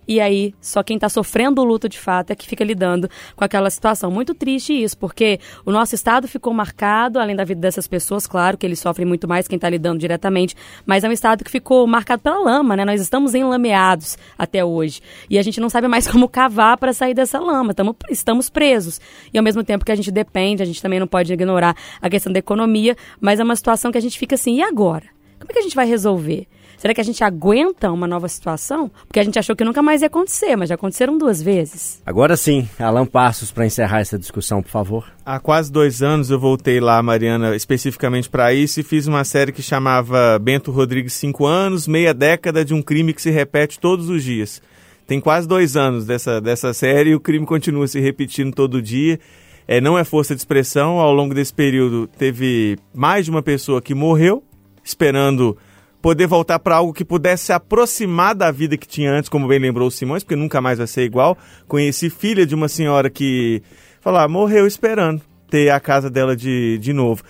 e aí só quem está sofrendo o luto de fato é que fica lidando com aquela situação. Muito triste isso, porque o nosso estado ficou marcado, além da vida dessas pessoas, claro que eles sofrem muito mais quem está lidando diretamente, mas é um estado que ficou marcado pela lama, né? Nós estamos enlameados até hoje, e a gente não sabe mais como cavar para sair dessa lama, estamos presos, e ao mesmo tempo que a gente depende, a gente também não pode ignorar a questão da economia, mas é uma situação que a gente fica assim, e agora? Como é que a gente vai resolver? Será que a gente aguenta uma nova situação? Porque a gente achou que nunca mais ia acontecer, mas já aconteceram 2 vezes. Agora sim, Alan Passos, para encerrar essa discussão, por favor. Há quase 2 anos eu voltei lá, Mariana, especificamente para isso, e fiz uma série que chamava Bento Rodrigues 5 anos, meia década de um crime que se repete todos os dias. Tem quase 2 anos dessa série e o crime continua se repetindo todo dia. Não é força de expressão, ao longo desse período teve mais de uma pessoa que morreu, esperando poder voltar para algo que pudesse se aproximar da vida que tinha antes, como bem lembrou o Simões, porque nunca mais vai ser igual. Conheci filha de uma senhora que morreu esperando ter a casa dela de novo.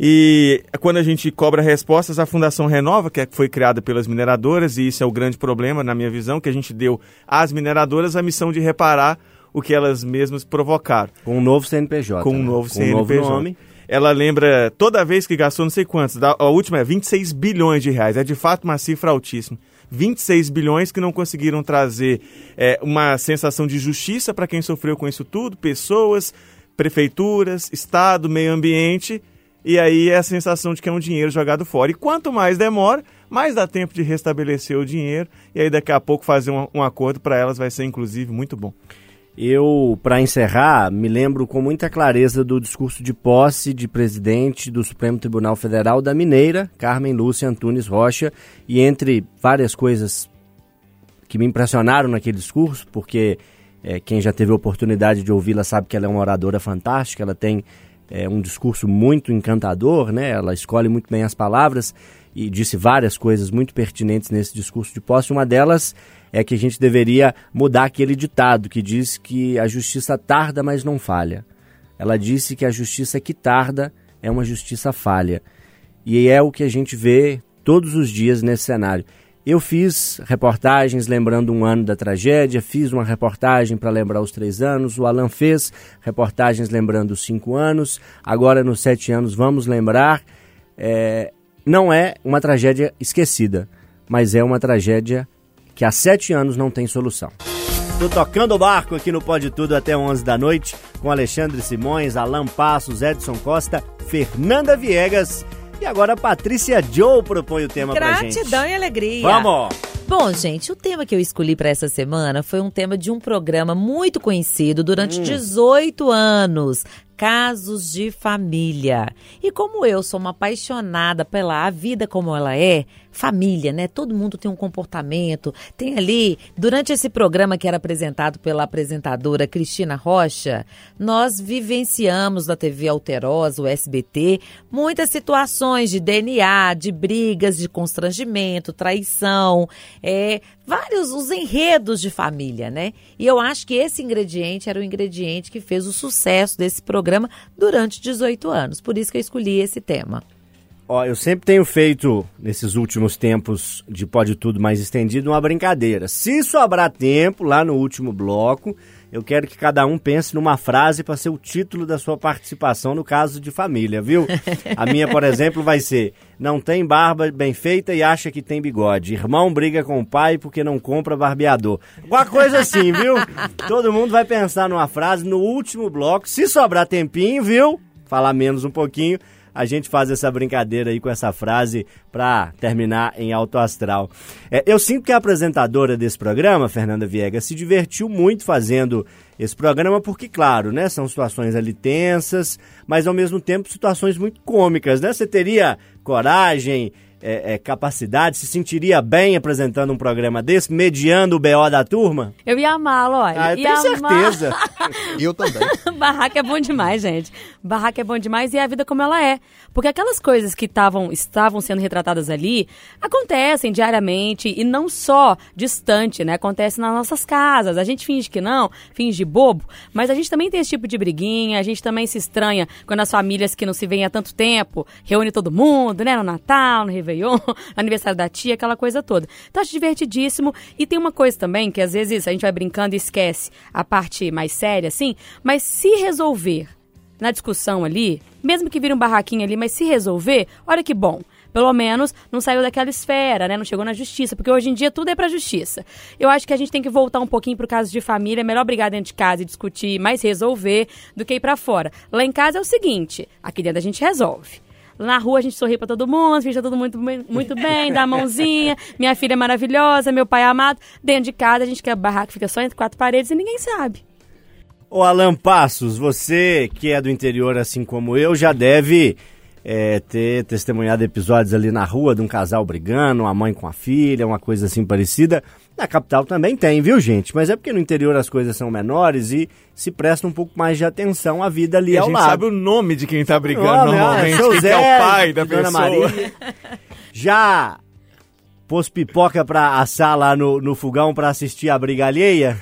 E quando a gente cobra respostas, a Fundação Renova, que foi criada pelas mineradoras, e isso é o grande problema, na minha visão, que a gente deu às mineradoras a missão de reparar o que elas mesmas provocaram. Com um novo CNPJ. Com um novo CNPJ. Um novo nome. Ela lembra, toda vez que gastou não sei quantos, a última é 26 bilhões de reais, é de fato uma cifra altíssima. 26 bilhões que não conseguiram trazer uma sensação de justiça para quem sofreu com isso tudo, pessoas, prefeituras, Estado, meio ambiente, e aí é a sensação de que é um dinheiro jogado fora. E quanto mais demora, mais dá tempo de restabelecer o dinheiro, e aí daqui a pouco fazer um acordo para elas vai ser inclusive muito bom. Eu, para encerrar, me lembro com muita clareza do discurso de posse de presidente do Supremo Tribunal Federal da mineira, Carmen Lúcia Antunes Rocha, e entre várias coisas que me impressionaram naquele discurso, porque quem já teve a oportunidade de ouvi-la sabe que ela é uma oradora fantástica, ela tem um discurso muito encantador, né? Ela escolhe muito bem as palavras e disse várias coisas muito pertinentes nesse discurso de posse. Uma delas é que a gente deveria mudar aquele ditado que diz que a justiça tarda, mas não falha. Ela disse que a justiça que tarda é uma justiça falha. E é o que a gente vê todos os dias nesse cenário. Eu fiz reportagens lembrando um ano da tragédia, fiz uma reportagem para lembrar os 3 anos, o Alan fez reportagens lembrando os 5 anos, agora nos 7 anos vamos lembrar. Não é uma tragédia esquecida, mas é uma tragédia que há 7 anos não tem solução. Tô tocando o barco aqui no Pode Tudo até 11 da noite, com Alexandre Simões, Alan Passos, Edson Costa, Fernanda Viegas e agora a Patrícia Joe propõe o tema pra gente. Gratidão e alegria. Vamos! Bom, gente, o tema que eu escolhi para essa semana foi um tema de um programa muito conhecido durante 18 anos, Casos de Família. E como eu sou uma apaixonada pela vida como ela é, família, né? Todo mundo tem um comportamento. Tem ali, durante esse programa que era apresentado pela apresentadora Cristina Rocha, nós vivenciamos na TV Alterosa, o SBT, muitas situações de DNA, de brigas, de constrangimento, traição, vários os enredos de família, né? E eu acho que esse ingrediente era o ingrediente que fez o sucesso desse programa durante 18 anos. Por isso que eu escolhi esse tema. Eu sempre tenho feito, nesses últimos tempos de Pode Tudo mais estendido, uma brincadeira. Se sobrar tempo, lá no último bloco, eu quero que cada um pense numa frase para ser o título da sua participação no Caso de Família, viu? A minha, por exemplo, vai ser: não tem barba bem feita e acha que tem bigode. Irmão briga com o pai porque não compra barbeador. Uma coisa assim, viu? Todo mundo vai pensar numa frase no último bloco. Se sobrar tempinho, viu? Falar menos um pouquinho. A gente faz essa brincadeira aí com essa frase para terminar em alto astral. Eu sinto que a apresentadora desse programa, Fernanda Viegas, se divertiu muito fazendo esse programa porque, claro, né, são situações ali tensas, mas ao mesmo tempo situações muito cômicas, né? Você teria coragem, capacidade, se sentiria bem apresentando um programa desse, mediando o BO da turma? Eu ia amá-lo, olha. Eu tenho certeza. Eu também. Barraca é bom demais, gente. Barraca é bom demais e é a vida como ela é. Porque aquelas coisas que estavam sendo retratadas ali acontecem diariamente e não só distante, né? Acontece nas nossas casas. A gente finge que não, finge bobo, mas a gente também tem esse tipo de briguinha, a gente também se estranha quando as famílias que não se veem há tanto tempo reúnem todo mundo, né? No Natal, no Réveillon, Réveillon, aniversário da tia, aquela coisa toda. Então, acho divertidíssimo. E tem uma coisa também, que às vezes a gente vai brincando e esquece a parte mais séria, assim, mas se resolver na discussão ali, mesmo que vire um barraquinho ali, mas se resolver, olha que bom. Pelo menos não saiu daquela esfera, né? Não chegou na justiça, porque hoje em dia tudo é pra justiça. Eu acho que a gente tem que voltar um pouquinho pro caso de família. É melhor brigar dentro de casa e discutir, mais resolver, do que ir pra fora. Lá em casa é o seguinte, aqui dentro a gente resolve. Na rua a gente sorri pra todo mundo, fica todo mundo muito bem, dá a mãozinha, minha filha é maravilhosa, meu pai é amado. Dentro de casa a gente quer barraco, fica só entre quatro paredes e ninguém sabe. Ô Alan Passos, você que é do interior assim como eu, já deve ter testemunhado episódios ali na rua de um casal brigando, uma mãe com a filha, uma coisa assim parecida. Na capital também tem, viu, gente? Mas é porque no interior as coisas são menores e se presta um pouco mais de atenção à vida ali ao lado. A gente sabe o nome de quem tá brigando normalmente, seu Zé, que é o pai da Dona pessoa. Maria. Já pôs pipoca pra assar lá no fogão pra assistir a briga alheia?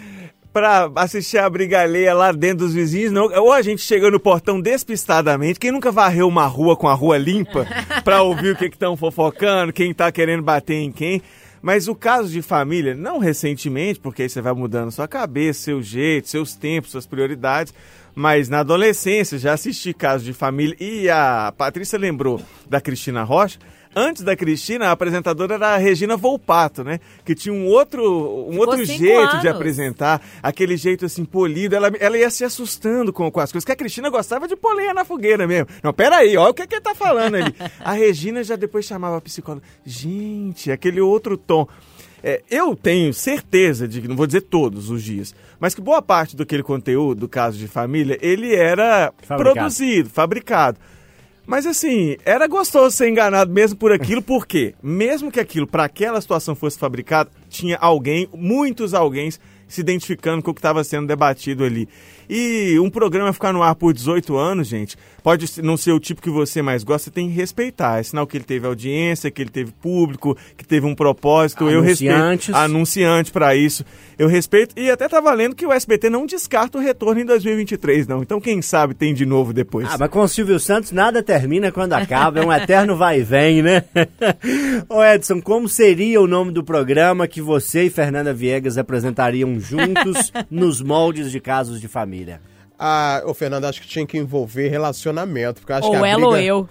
Pra assistir a briga alheia lá dentro dos vizinhos, não. Ou a gente chega no portão despistadamente, quem nunca varreu uma rua com a rua limpa pra ouvir o que estão fofocando, quem tá querendo bater em quem. Mas o caso de família, não recentemente, porque aí você vai mudando sua cabeça, seu jeito, seus tempos, suas prioridades, mas na adolescência já assisti casos de família. E a Patrícia lembrou da Cristina Rocha. Antes da Cristina, a apresentadora era a Regina Volpato, né? Que tinha um outro jeito de apresentar, aquele jeito assim polido. Ela ia se assustando com as coisas, que a Cristina gostava de pôr lenha na fogueira mesmo. Não, peraí, olha o que ele tá falando ali. A Regina já depois chamava a psicóloga. Gente, aquele outro tom. Eu tenho certeza de que, não vou dizer todos os dias, mas que boa parte daquele conteúdo, do caso de família, ele era produzido, fabricado. Mas assim, era gostoso ser enganado mesmo por aquilo, porque mesmo que aquilo, para aquela situação fosse fabricado, tinha muitos alguém se identificando com o que estava sendo debatido ali. E um programa ficar no ar por 18 anos, gente, pode não ser o tipo que você mais gosta, você tem que respeitar. É sinal que ele teve audiência, que ele teve público, que teve um propósito. Eu respeito anunciante para isso. Eu respeito e até tá valendo que o SBT não descarta o retorno em 2023, não. Então, quem sabe tem de novo depois. Mas com o Silvio Santos nada termina quando acaba, é um eterno vai e vem, né? Ô Edson, como seria o nome do programa que você e Fernanda Viegas apresentariam juntos nos moldes de casos de família? Fernando, acho que tinha que envolver relacionamento. Porque eu acho ou que ela ou eu.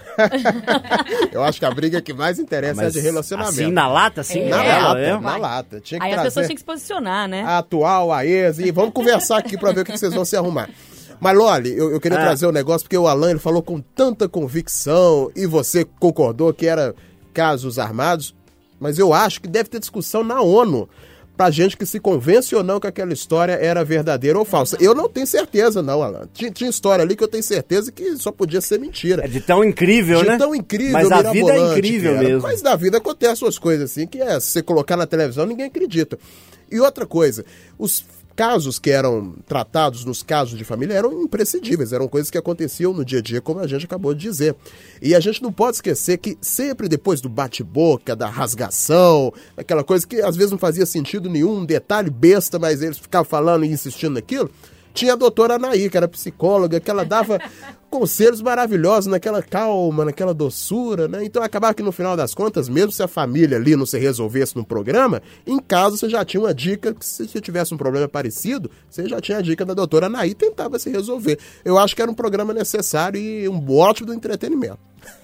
Eu acho que a briga que mais interessa é de relacionamento. Assim, na lata? Assim, na lata. Tinha que aí trazer as pessoas tinham que se posicionar, né? A atual, a ex, e vamos conversar aqui pra ver o que vocês vão se arrumar. Mas, Loli, eu queria trazer um negócio, porque o Alan ele falou com tanta convicção, e você concordou que era casos armados, mas eu acho que deve ter discussão na ONU, pra gente que se convence ou não que aquela história era verdadeira ou falsa. Eu não tenho certeza, não, Alan. Tinha história ali que eu tenho certeza que só podia ser mentira. É de tão incrível, né? De tão incrível, mas a vida é incrível mesmo. Mas na vida acontecem suas coisas assim, que se você colocar na televisão, ninguém acredita. E outra coisa, os casos que eram tratados nos casos de família eram imprescindíveis, eram coisas que aconteciam no dia a dia, como a gente acabou de dizer. E a gente não pode esquecer que sempre depois do bate-boca, da rasgação, aquela coisa que às vezes não fazia sentido nenhum, um detalhe besta, mas eles ficavam falando e insistindo naquilo, tinha a doutora Anaí, que era psicóloga, que ela dava conselhos maravilhosos naquela calma, naquela doçura, né? Então acabava que no final das contas, mesmo se a família ali não se resolvesse no programa, em casa você já tinha uma dica, que se você tivesse um problema parecido, você já tinha a dica da doutora Anaí e tentava se resolver. Eu acho que era um programa necessário e um ótimo do entretenimento.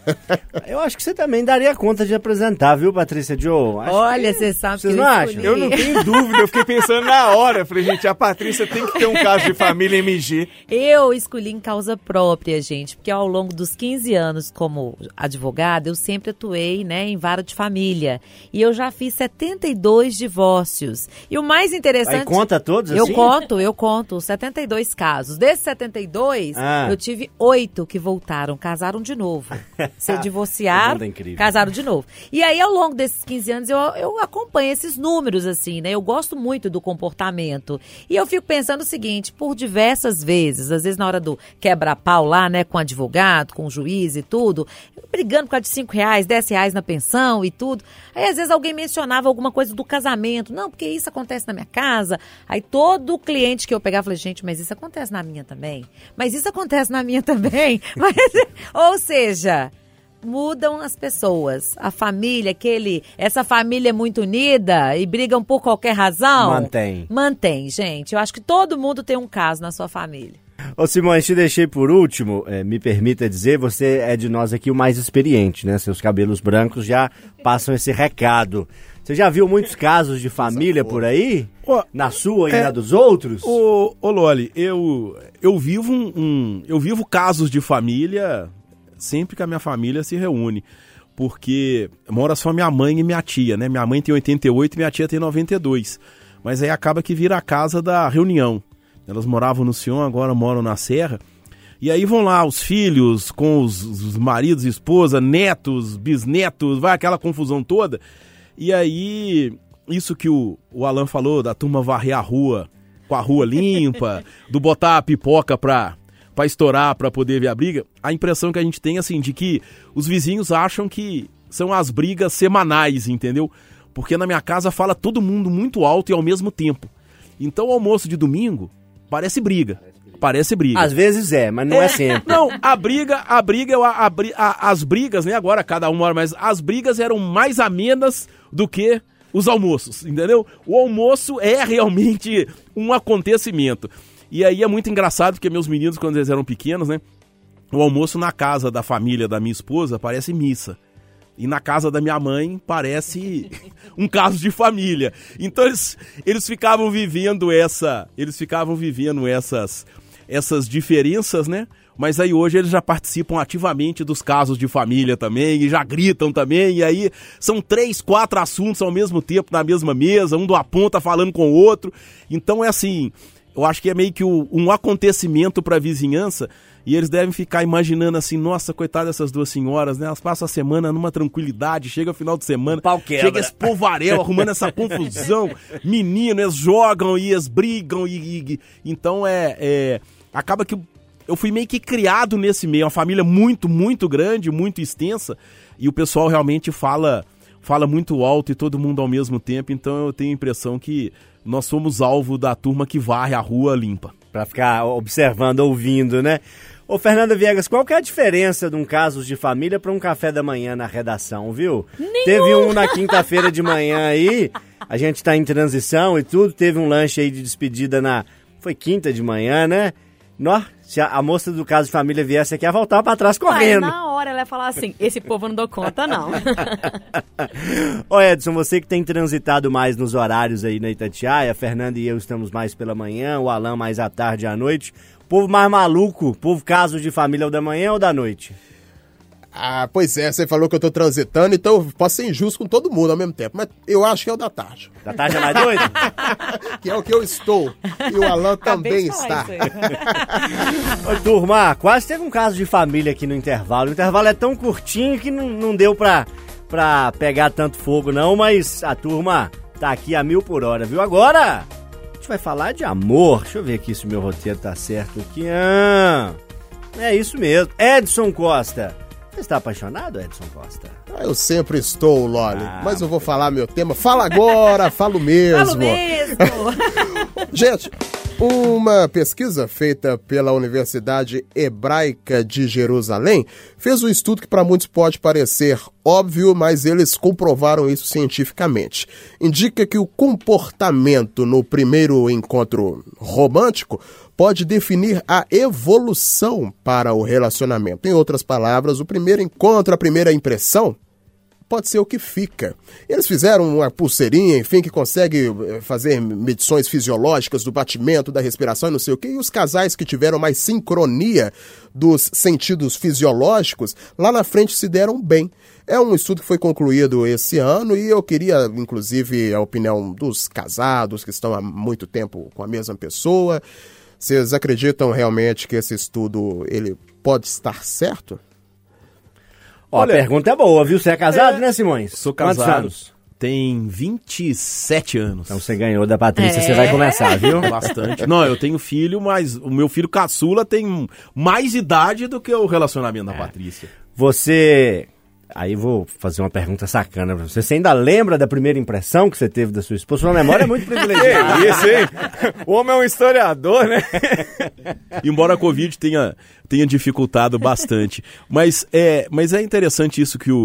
Eu acho que você também daria conta de apresentar, viu, Patrícia Joe? Olha, você sabe Vocês que não acham? Eu não tenho dúvida, eu fiquei pensando na hora. Falei, gente, a Patrícia tem que ter um caso de família MG. Eu escolhi em causa própria, gente, porque ao longo dos 15 anos como advogada, eu sempre atuei, né, em vara de família. E eu já fiz 72 divórcios. E o mais interessante... Aí conta todos assim? Eu conto 72 casos. Desses 72, eu tive 8 que voltaram, casaram de novo. Se divorciaram, casaram de novo. E aí, ao longo desses 15 anos, eu acompanho esses números, assim, né? Eu gosto muito do comportamento. E eu fico pensando o seguinte, por diversas vezes, às vezes na hora do quebra-pau lá, né, com o advogado, com o juiz e tudo, brigando por causa de R$5, R$10 na pensão e tudo. Aí, às vezes, alguém mencionava alguma coisa do casamento. Não, porque isso acontece na minha casa. Aí, todo cliente que eu pegava, falei, gente, mas isso acontece na minha também? Mas isso acontece na minha também? Ou seja... mudam as pessoas. A família, essa família é muito unida e brigam por qualquer razão. Mantém, gente. Eu acho que todo mundo tem um caso na sua família. Ô Simões, te deixei por último, me permita dizer, você é de nós aqui o mais experiente, né? Seus cabelos brancos já passam esse recado. Você já viu muitos casos de família por aí? Na sua e na dos outros? Ô Loli, eu vivo casos de família sempre que a minha família se reúne. Porque mora só minha mãe e minha tia, né? Minha mãe tem 88 e minha tia tem 92. Mas aí acaba que vira a casa da reunião. Elas moravam no Sion, agora moram na Serra. E aí vão lá os filhos com os maridos, esposa, netos, bisnetos, vai aquela confusão toda. E aí, isso que o Alan falou, da turma varrer a rua com a rua limpa, do botar a pipoca pra estourar, pra poder ver a briga, a impressão que a gente tem, assim, de que os vizinhos acham que são as brigas semanais, entendeu? Porque na minha casa fala todo mundo muito alto e ao mesmo tempo. Então o almoço de domingo parece briga. Às vezes mas não é sempre. Não, as brigas, né, agora cada uma hora, mas as brigas eram mais amenas do que os almoços, entendeu? O almoço é realmente um acontecimento. E aí é muito engraçado, porque meus meninos, quando eles eram pequenos, né, o almoço na casa da família da minha esposa parece missa. E na casa da minha mãe parece um caso de família. Então eles ficavam vivendo essas diferenças, né? Mas aí hoje eles já participam ativamente dos casos de família também, e já gritam também, e aí são 3, 4 assuntos ao mesmo tempo na mesma mesa, um do aponta falando com o outro. Então é assim, eu acho que é meio que um acontecimento para a vizinhança, e eles devem ficar imaginando assim, nossa, coitada dessas duas senhoras, né? Elas passam a semana numa tranquilidade, chega o final de semana, chega esse povaréu arrumando essa confusão, menino, eles jogam e eles brigam, então acaba que eu fui meio que criado nesse meio, uma família muito, muito grande, muito extensa, e o pessoal realmente fala muito alto e todo mundo ao mesmo tempo, então eu tenho a impressão que nós somos alvo da turma que varre a rua limpa. Pra ficar observando, ouvindo, né? Ô, Fernanda Viegas, qual que é a diferença de um caso de família para um café da manhã na redação, viu? Nenhum. Teve um na quinta-feira de manhã aí, a gente tá em transição e tudo, teve um lanche aí de despedida foi quinta de manhã, né? Se a moça do caso de família viesse aqui, ia voltar pra trás correndo. Na hora ela ia falar assim, esse povo eu não dou conta, não. Ô Edson, você que tem transitado mais nos horários aí na Itatiaia, a Fernanda e eu estamos mais pela manhã, o Alan mais à tarde e à noite. Povo mais maluco, povo caso de família, é o da manhã ou da noite? Ah, pois é, você falou que eu tô transitando, então eu posso ser injusto com todo mundo ao mesmo tempo, mas eu acho que é o da tarde. Da tarde é mais doido? Que é o que eu estou, e o Alan também está. Ô, turma, quase teve um caso de família aqui no intervalo. O intervalo é tão curtinho que não deu pra pegar tanto fogo não, mas a turma tá aqui a 1000 por hora, viu? Agora, a gente vai falar de amor. Deixa eu ver aqui se o meu roteiro tá certo aqui. É isso mesmo. Edson Costa. Você está apaixonado, Edson Costa? Eu sempre estou, Loli. Mas eu vou falar meu tema. Fala agora, falo mesmo. Falo mesmo. Gente, uma pesquisa feita pela Universidade Hebraica de Jerusalém fez um estudo que para muitos pode parecer óbvio, mas eles comprovaram isso cientificamente. Indica que o comportamento no primeiro encontro romântico pode definir a evolução para o relacionamento. Em outras palavras, o primeiro encontro, a primeira impressão, pode ser o que fica. Eles fizeram uma pulseirinha, enfim, que consegue fazer medições fisiológicas do batimento, da respiração e não sei o quê. E os casais que tiveram mais sincronia dos sentidos fisiológicos, lá na frente se deram bem. É um estudo que foi concluído esse ano e eu queria, inclusive, a opinião dos casados que estão há muito tempo com a mesma pessoa. Vocês acreditam realmente que esse estudo ele pode estar certo? Olha, a pergunta é boa, viu? Você é casado, né, Simões? Sou casado. Quantos anos? Tem 27 anos. Então você ganhou da Patrícia, você vai começar, viu? Bastante. Não, eu tenho filho, mas o meu filho caçula tem mais idade do que o relacionamento da Patrícia. Você Aí vou fazer uma pergunta sacana pra você. Você ainda lembra da primeira impressão que você teve da sua esposa? Sua memória é muito privilegiada. Que isso, hein? O homem é um historiador, né? Embora a Covid tenha dificultado bastante. Mas é interessante isso que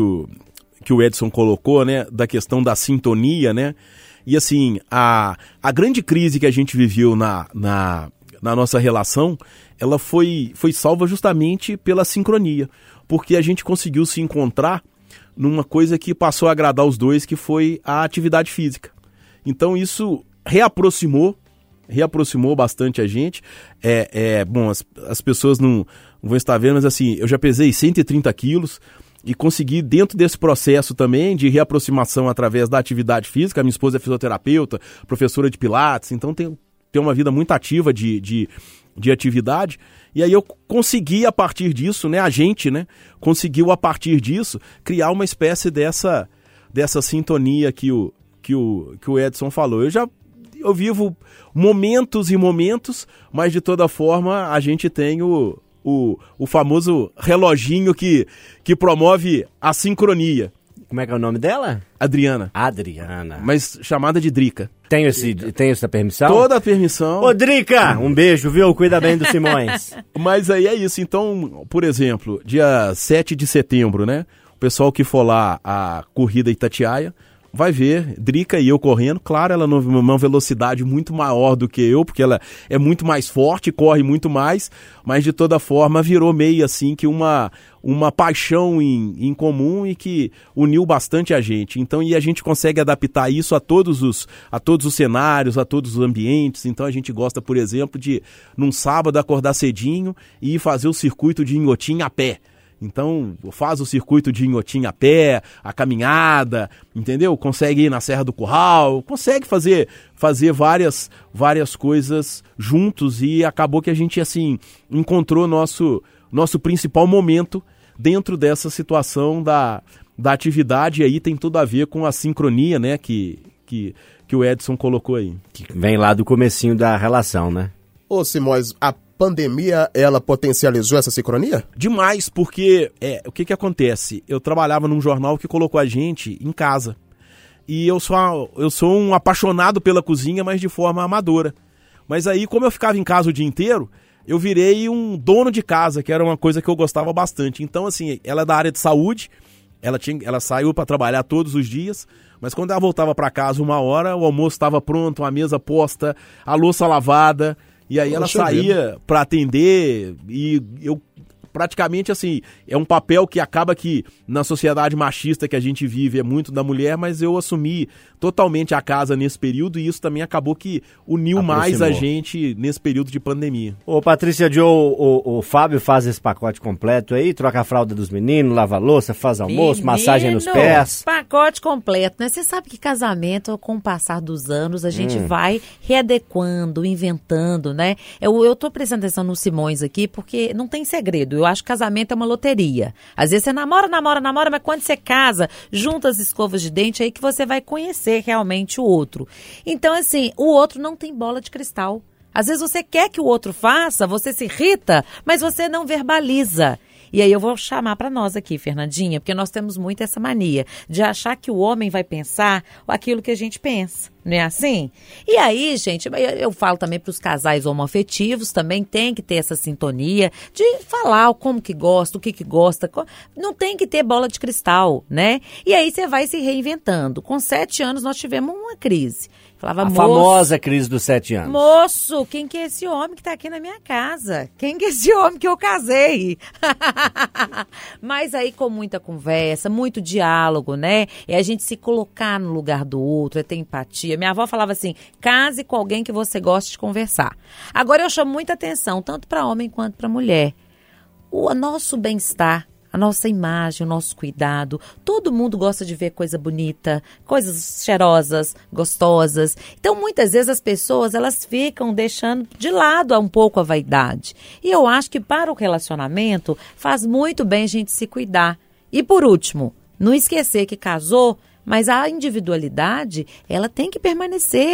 o Edson colocou, né? Da questão da sintonia, né? E assim, a grande crise que a gente viveu na nossa relação, ela foi salva justamente pela sincronia. Porque a gente conseguiu se encontrar numa coisa que passou a agradar os dois, que foi a atividade física. Então isso reaproximou bastante a gente. Bom, as pessoas não vão estar vendo, mas assim, eu já pesei 130 quilos e consegui, dentro desse processo também de reaproximação através da atividade física, a minha esposa é fisioterapeuta, professora de pilates, então tem uma vida muito ativa de atividade, e aí eu consegui a partir disso, né, a gente, né, conseguiu a partir disso criar uma espécie dessa sintonia que o Edson falou. Eu vivo momentos e momentos, mas de toda forma a gente tem o famoso reloginho que promove a sincronia. Como é que é o nome dela? Adriana. Mas chamada de Drica. Tem essa permissão? Toda a permissão. Ô, Drica, um beijo, viu? Cuida bem do Simões. Mas aí é isso. Então, por exemplo, dia 7 de setembro, né? O pessoal que for lá a corrida Itatiaia vai ver Drica e eu correndo. Claro, ela numa velocidade muito maior do que eu, porque ela é muito mais forte, corre muito mais, mas de toda forma virou meio assim que uma paixão em comum e que uniu bastante a gente. Então, e a gente consegue adaptar isso a todos os cenários, a todos os ambientes. Então a gente gosta, por exemplo, de num sábado acordar cedinho e ir fazer o circuito de Inhotim a pé. Então, faz o circuito de Inhotim a pé, a caminhada, entendeu? Consegue ir na Serra do Curral, consegue fazer várias coisas juntos, e acabou que a gente, assim, encontrou nosso principal momento dentro dessa situação da atividade, e aí tem tudo a ver com a sincronia, né, que o Edson colocou aí. Que vem lá do comecinho da relação, né? Ô, Simões, a pandemia, ela potencializou essa sincronia? Demais, porque o que acontece? Eu trabalhava num jornal que colocou a gente em casa. E eu sou um apaixonado pela cozinha, mas de forma amadora. Mas aí, como eu ficava em casa o dia inteiro, eu virei um dono de casa, que era uma coisa que eu gostava bastante. Então, assim, ela é da área de saúde, ela saiu para trabalhar todos os dias, mas quando ela voltava para casa 1h, o almoço estava pronto, a mesa posta, a louça lavada. E aí ela saía para atender, e eu praticamente, assim, é um papel que acaba que na sociedade machista que a gente vive é muito da mulher, mas eu assumi totalmente a casa nesse período, e isso também acabou que uniu mais a gente nesse período de pandemia. Ô, Patrícia Joe, o Fábio faz esse pacote completo aí, troca a fralda dos meninos, lava a louça, faz almoço, massagem nos pés. Pacote completo, né? Você sabe que casamento, com o passar dos anos, a gente vai readequando, inventando, né? Eu tô prestando atenção no Simões aqui, porque não tem segredo. Eu acho que casamento é uma loteria. Às vezes você namora, mas quando você casa, junta as escovas de dente, aí que você vai conhecer realmente o outro. Então, assim, o outro não tem bola de cristal. Às vezes você quer que o outro faça, você se irrita, mas você não verbaliza. E aí eu vou chamar para nós aqui, Fernandinha, porque nós temos muito essa mania de achar que o homem vai pensar aquilo que a gente pensa. Não é assim? E aí, gente, eu falo também para os casais homoafetivos, também tem que ter essa sintonia de falar como que gosta, o que gosta. Não tem que ter bola de cristal, né? E aí você vai se reinventando. Com 7 anos nós tivemos uma crise. Falava, a famosa crise dos 7 anos. Moço, quem que é esse homem que tá aqui na minha casa? Quem que é esse homem que eu casei? Mas aí com muita conversa, muito diálogo, né? É a gente se colocar no lugar do outro, é ter empatia. Minha avó falava assim, case com alguém que você goste de conversar. Agora eu chamo muita atenção, tanto para homem quanto para mulher. O nosso bem-estar, a nossa imagem, o nosso cuidado. Todo mundo gosta de ver coisa bonita, coisas cheirosas, gostosas. Então, muitas vezes as pessoas, elas ficam deixando de lado um pouco a vaidade. E eu acho que para o relacionamento faz muito bem a gente se cuidar. E por último, não esquecer que casou, mas a individualidade, ela tem que permanecer.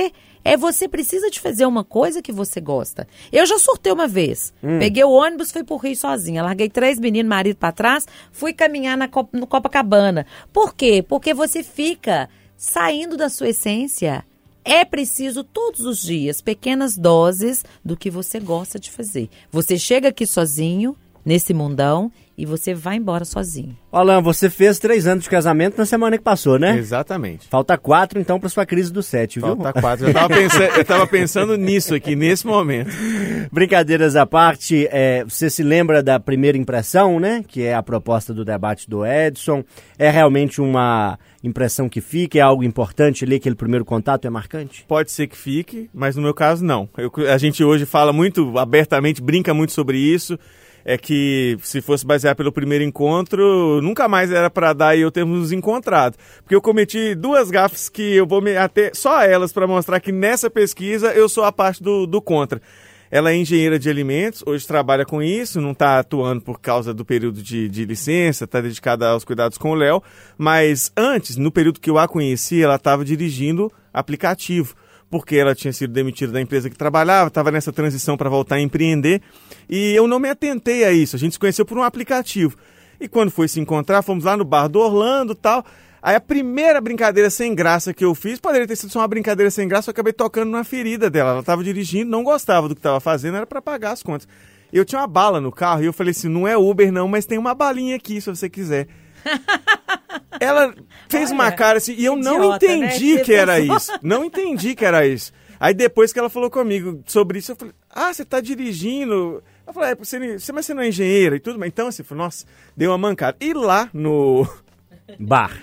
Você precisa de fazer uma coisa que você gosta. Eu já surtei uma vez. Peguei o ônibus, fui pro Rio sozinha. Larguei 3 meninos, marido pra trás, fui caminhar no Copacabana. Por quê? Porque você fica saindo da sua essência. É preciso todos os dias pequenas doses do que você gosta de fazer. Você chega aqui sozinho, nesse mundão, e você vai embora sozinho. Alan, você fez 3 anos de casamento na semana que passou, né? Exatamente. Falta 4, então, pra sua crise do 7, viu? Falta 4. Eu tava pensando nisso aqui, nesse momento. Brincadeiras à parte, você se lembra da primeira impressão, né? Que é a proposta do debate do Edson. É realmente uma impressão que fica? É algo importante ali, aquele primeiro contato é marcante? Pode ser que fique, mas no meu caso, não. A gente hoje fala muito abertamente, brinca muito sobre isso. É que se fosse basear pelo primeiro encontro, nunca mais era para dar e eu termos nos encontrado. Porque eu cometi 2 gafes que eu vou me ater só a elas para mostrar que nessa pesquisa eu sou a parte do contra. Ela é engenheira de alimentos, hoje trabalha com isso, não está atuando por causa do período de licença, está dedicada aos cuidados com o Léo, mas antes, no período que eu a conheci, ela estava dirigindo aplicativo, porque ela tinha sido demitida da empresa que trabalhava, estava nessa transição para voltar a empreender, e eu não me atentei a isso, a gente se conheceu por um aplicativo. E quando foi se encontrar, fomos lá no bar do Orlando e tal. Aí a primeira brincadeira sem graça que eu fiz, poderia ter sido só uma brincadeira sem graça, eu acabei tocando na ferida dela. Ela estava dirigindo, não gostava do que estava fazendo, era para pagar as contas. Eu tinha uma bala no carro e eu falei assim, não é Uber não, mas tem uma balinha aqui se você quiser. Ela fez uma cara assim, e eu não entendi, né, que era isso. Não entendi que era isso. Aí depois que ela falou comigo sobre isso, eu falei, você tá dirigindo? Eu falei, mas você não é engenheira e tudo, mas então assim, falei, nossa, deu uma mancada. E lá no bar,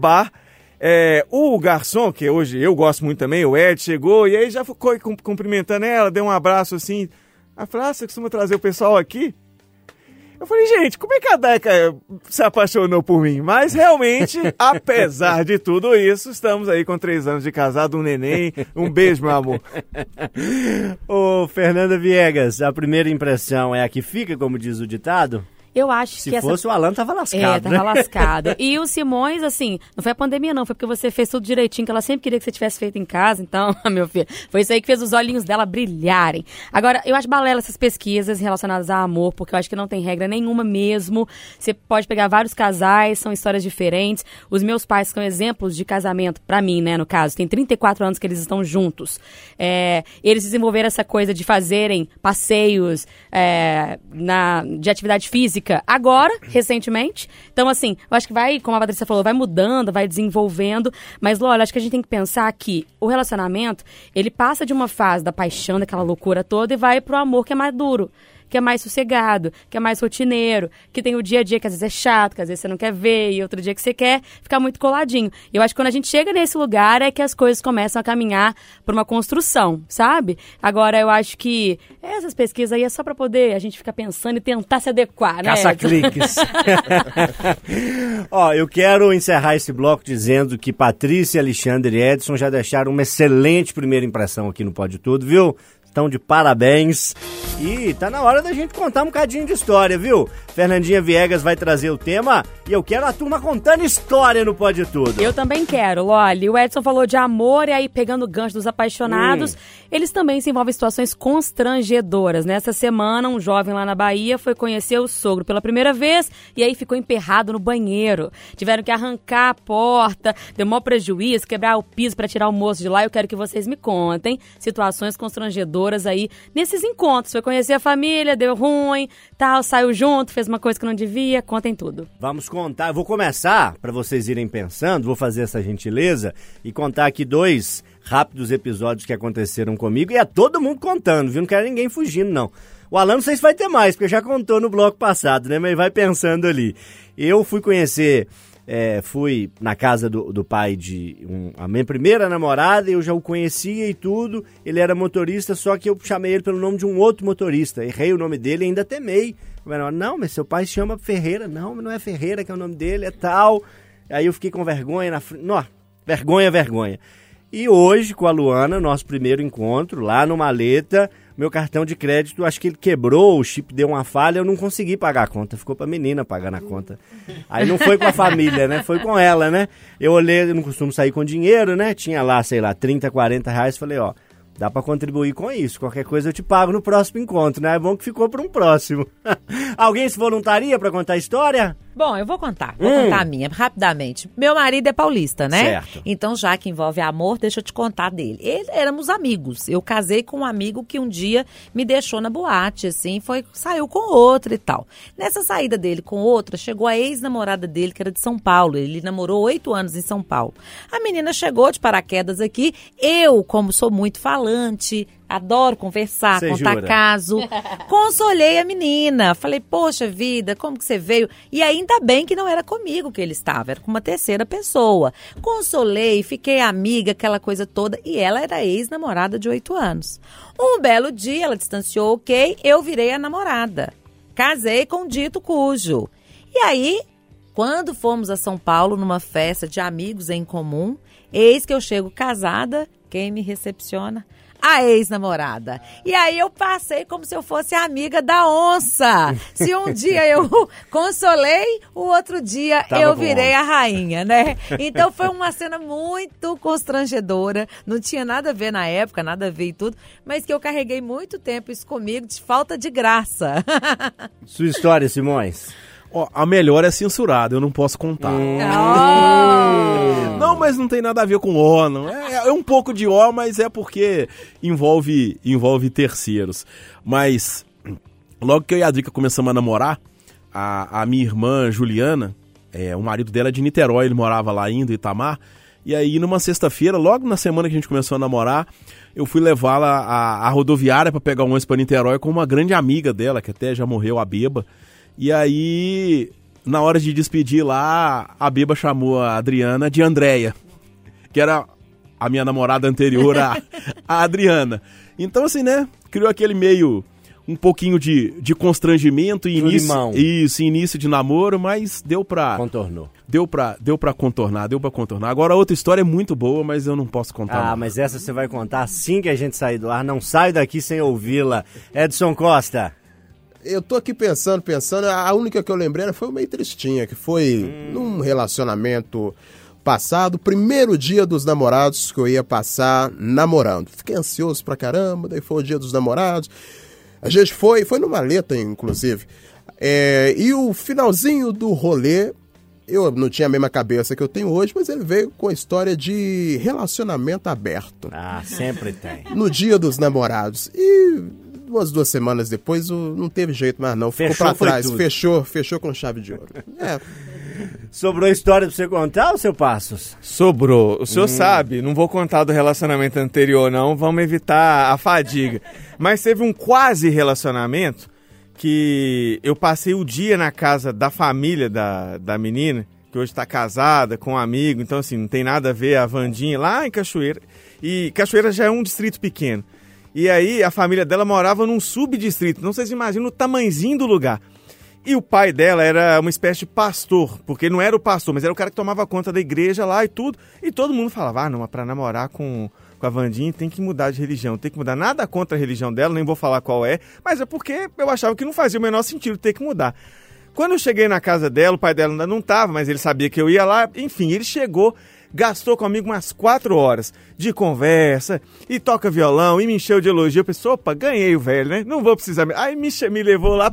o garçom, que hoje eu gosto muito também, o Ed, chegou e aí já ficou cumprimentando ela, deu um abraço assim. Aí eu falei, você costuma trazer o pessoal aqui? Eu falei, gente, como é que a Daica se apaixonou por mim? Mas realmente, apesar de tudo isso, estamos aí com 3 anos de casado, um neném. Um beijo, meu amor. Ô, Fernanda Viegas, a primeira impressão é a que fica, como diz o ditado? Eu acho que se fosse o Alan, tava lascado, tava lascado. E o Simões, assim, não foi a pandemia não, foi porque você fez tudo direitinho, que ela sempre queria que você tivesse feito em casa, então, meu filho, foi isso aí que fez os olhinhos dela brilharem. Agora, eu acho balela essas pesquisas relacionadas a amor, porque eu acho que não tem regra nenhuma mesmo. Você pode pegar vários casais, são histórias diferentes. Os meus pais são exemplos de casamento, pra mim, né, no caso, tem 34 anos que eles estão juntos. Eles desenvolveram essa coisa de fazerem passeios de atividade física, agora, recentemente. Então, assim, eu acho que vai, como a Patrícia falou, vai mudando, vai desenvolvendo. Mas, Lola, acho que a gente tem que pensar que o relacionamento, ele passa de uma fase da paixão, daquela loucura toda, e vai pro amor que é mais duro, que é mais sossegado, que é mais rotineiro, que tem o dia a dia que às vezes é chato, que às vezes você não quer ver, e outro dia que você quer ficar muito coladinho. E eu acho que quando a gente chega nesse lugar é que as coisas começam a caminhar por uma construção, sabe? Agora, eu acho que essas pesquisas aí é só pra poder a gente ficar pensando e tentar se adequar, né? Caça-cliques. Ó, eu quero encerrar esse bloco dizendo que Patrícia, Alexandre e Edson já deixaram uma excelente primeira impressão aqui no Pode Tudo, viu? Estão de parabéns. E tá na hora da gente contar um bocadinho de história, viu? Fernandinha Viegas vai trazer o tema e eu quero a turma contando história no Pode Tudo. Eu também quero, Loli. O Edson falou de amor e aí pegando o gancho dos apaixonados, eles também se envolvem em situações constrangedoras. Nessa semana, um jovem lá na Bahia foi conhecer o sogro pela primeira vez e aí ficou emperrado no banheiro. Tiveram que arrancar a porta, deu maior prejuízo, quebrar o piso para tirar o moço de lá. Eu quero que vocês me contem situações constrangedoras aí nesses encontros. Foi conhecer a família, deu ruim, tal, saiu junto, fez uma coisa que não devia. Contem tudo. Vamos contar. Eu vou começar, para vocês irem pensando, vou fazer essa gentileza e contar aqui 2 rápidos episódios que aconteceram comigo. E é todo mundo contando, viu? Não quero ninguém fugindo, não. O Alan não sei se vai ter mais, porque já contou no bloco passado, né? Mas vai pensando ali. Eu fui conhecer... fui na casa do pai de a minha primeira namorada, eu já o conhecia e tudo, ele era motorista, só que eu chamei ele pelo nome de um outro motorista, errei o nome dele e ainda temei. Não, mas seu pai se chama Ferreira. Não, mas não é Ferreira que é o nome dele, é tal. Aí eu fiquei com vergonha na frente, vergonha. E hoje, com a Luana, nosso primeiro encontro, lá no Maleta, meu cartão de crédito, acho que ele quebrou, o chip deu uma falha, eu não consegui pagar a conta, ficou pra menina pagar na conta. Aí não foi com a família, né? Foi com ela, né? Eu olhei, eu não costumo sair com dinheiro, né? Tinha lá, sei lá, 30, 40 reais, falei, ó, Dá pra contribuir com isso. Qualquer coisa eu te pago no próximo encontro, né? É bom que ficou pra um próximo. Alguém se voluntaria pra contar a história? Bom, eu vou contar. Vou contar a minha, rapidamente. Meu marido é paulista, né? Certo. Então, já que envolve amor, deixa eu te contar dele. Éramos amigos. Eu casei com um amigo que um dia me deixou na boate, assim, saiu com outra e tal. Nessa saída dele com outra, chegou a ex-namorada dele, que era de São Paulo. Ele namorou 8 anos em São Paulo. A menina chegou de paraquedas aqui. Eu, como sou muito falante, adoro conversar, contar jura? caso. Consolei a menina. Falei, poxa vida, como que você veio? E ainda bem que não era comigo que ele estava, era com uma terceira pessoa. Consolei, fiquei amiga, aquela coisa toda. E ela era ex-namorada de 8 anos. Um belo dia, ela distanciou, ok, eu virei a namorada. Casei com o dito cujo. E aí, quando fomos a São Paulo, numa festa de amigos em comum, eis que eu chego casada, quem me recepciona? A ex-namorada. E aí eu passei como se eu fosse amiga da onça. Se um dia eu consolei, o outro dia eu virei a rainha, né? Então foi uma cena muito constrangedora. Não tinha nada a ver na época, nada a ver e tudo, mas que eu carreguei muito tempo isso comigo de falta de graça. Sua história, Simões? A melhor é censurada, eu não posso contar. Não, mas não tem nada a ver com O, não. É um pouco de O, mas é porque envolve terceiros. Mas logo que eu e a Drica começamos a namorar, a minha irmã Juliana, o marido dela é de Niterói, ele morava lá ainda, em Itamar. E aí numa sexta-feira, logo na semana que a gente começou a namorar, eu fui levá-la à rodoviária para pegar um ônibus para Niterói com uma grande amiga dela, que até já morreu, a Beba. E aí, na hora de despedir lá, a Beba chamou a Adriana de Andréia, que era a minha namorada anterior a Adriana. Então, assim, né, criou aquele meio, um pouquinho de constrangimento e início de namoro, mas deu pra... Contornou. Deu pra contornar. Agora, a outra história é muito boa, mas eu não posso contar. Mas essa você vai contar assim que a gente sair do ar. Não sai daqui sem ouvi-la. Edson Costa. Eu tô aqui pensando, a única que eu lembrei foi meio tristinha, que foi num relacionamento passado, primeiro dia dos namorados que eu ia passar namorando. Fiquei ansioso pra caramba, daí foi o dia dos namorados. A gente foi no Maleta, inclusive. E o finalzinho do rolê, eu não tinha a mesma cabeça que eu tenho hoje, mas ele veio com a história de relacionamento aberto. Sempre tem. No dia dos namorados. E... umas 2 semanas depois, não teve jeito mais não. Ficou pra trás. Fechou com chave de ouro. Sobrou história pra você contar, ou seu Passos? Sobrou. O senhor sabe, não vou contar do relacionamento anterior, não. Vamos evitar a fadiga. Mas teve um quase relacionamento que eu passei o dia na casa da família da menina, que hoje tá casada com um amigo. Então, assim, não tem nada a ver a Vandinha lá em Cachoeira. E Cachoeira já é um distrito pequeno. E aí a família dela morava num subdistrito. Não sei se imaginam o tamanhozinho do lugar. E o pai dela era uma espécie de pastor, porque não era o pastor, mas era o cara que tomava conta da igreja lá e tudo. E todo mundo falava, não, mas pra namorar com a Vandinha tem que mudar de religião, tem que mudar. Nada contra a religião dela, nem vou falar qual é, mas é porque eu achava que não fazia o menor sentido ter que mudar. Quando eu cheguei na casa dela, o pai dela ainda não estava, mas ele sabia que eu ia lá. Enfim, ele chegou... gastou comigo umas 4 horas de conversa, e toca violão, e me encheu de elogio. Eu pensei, opa, ganhei o velho, né? Não vou precisar... Aí me levou lá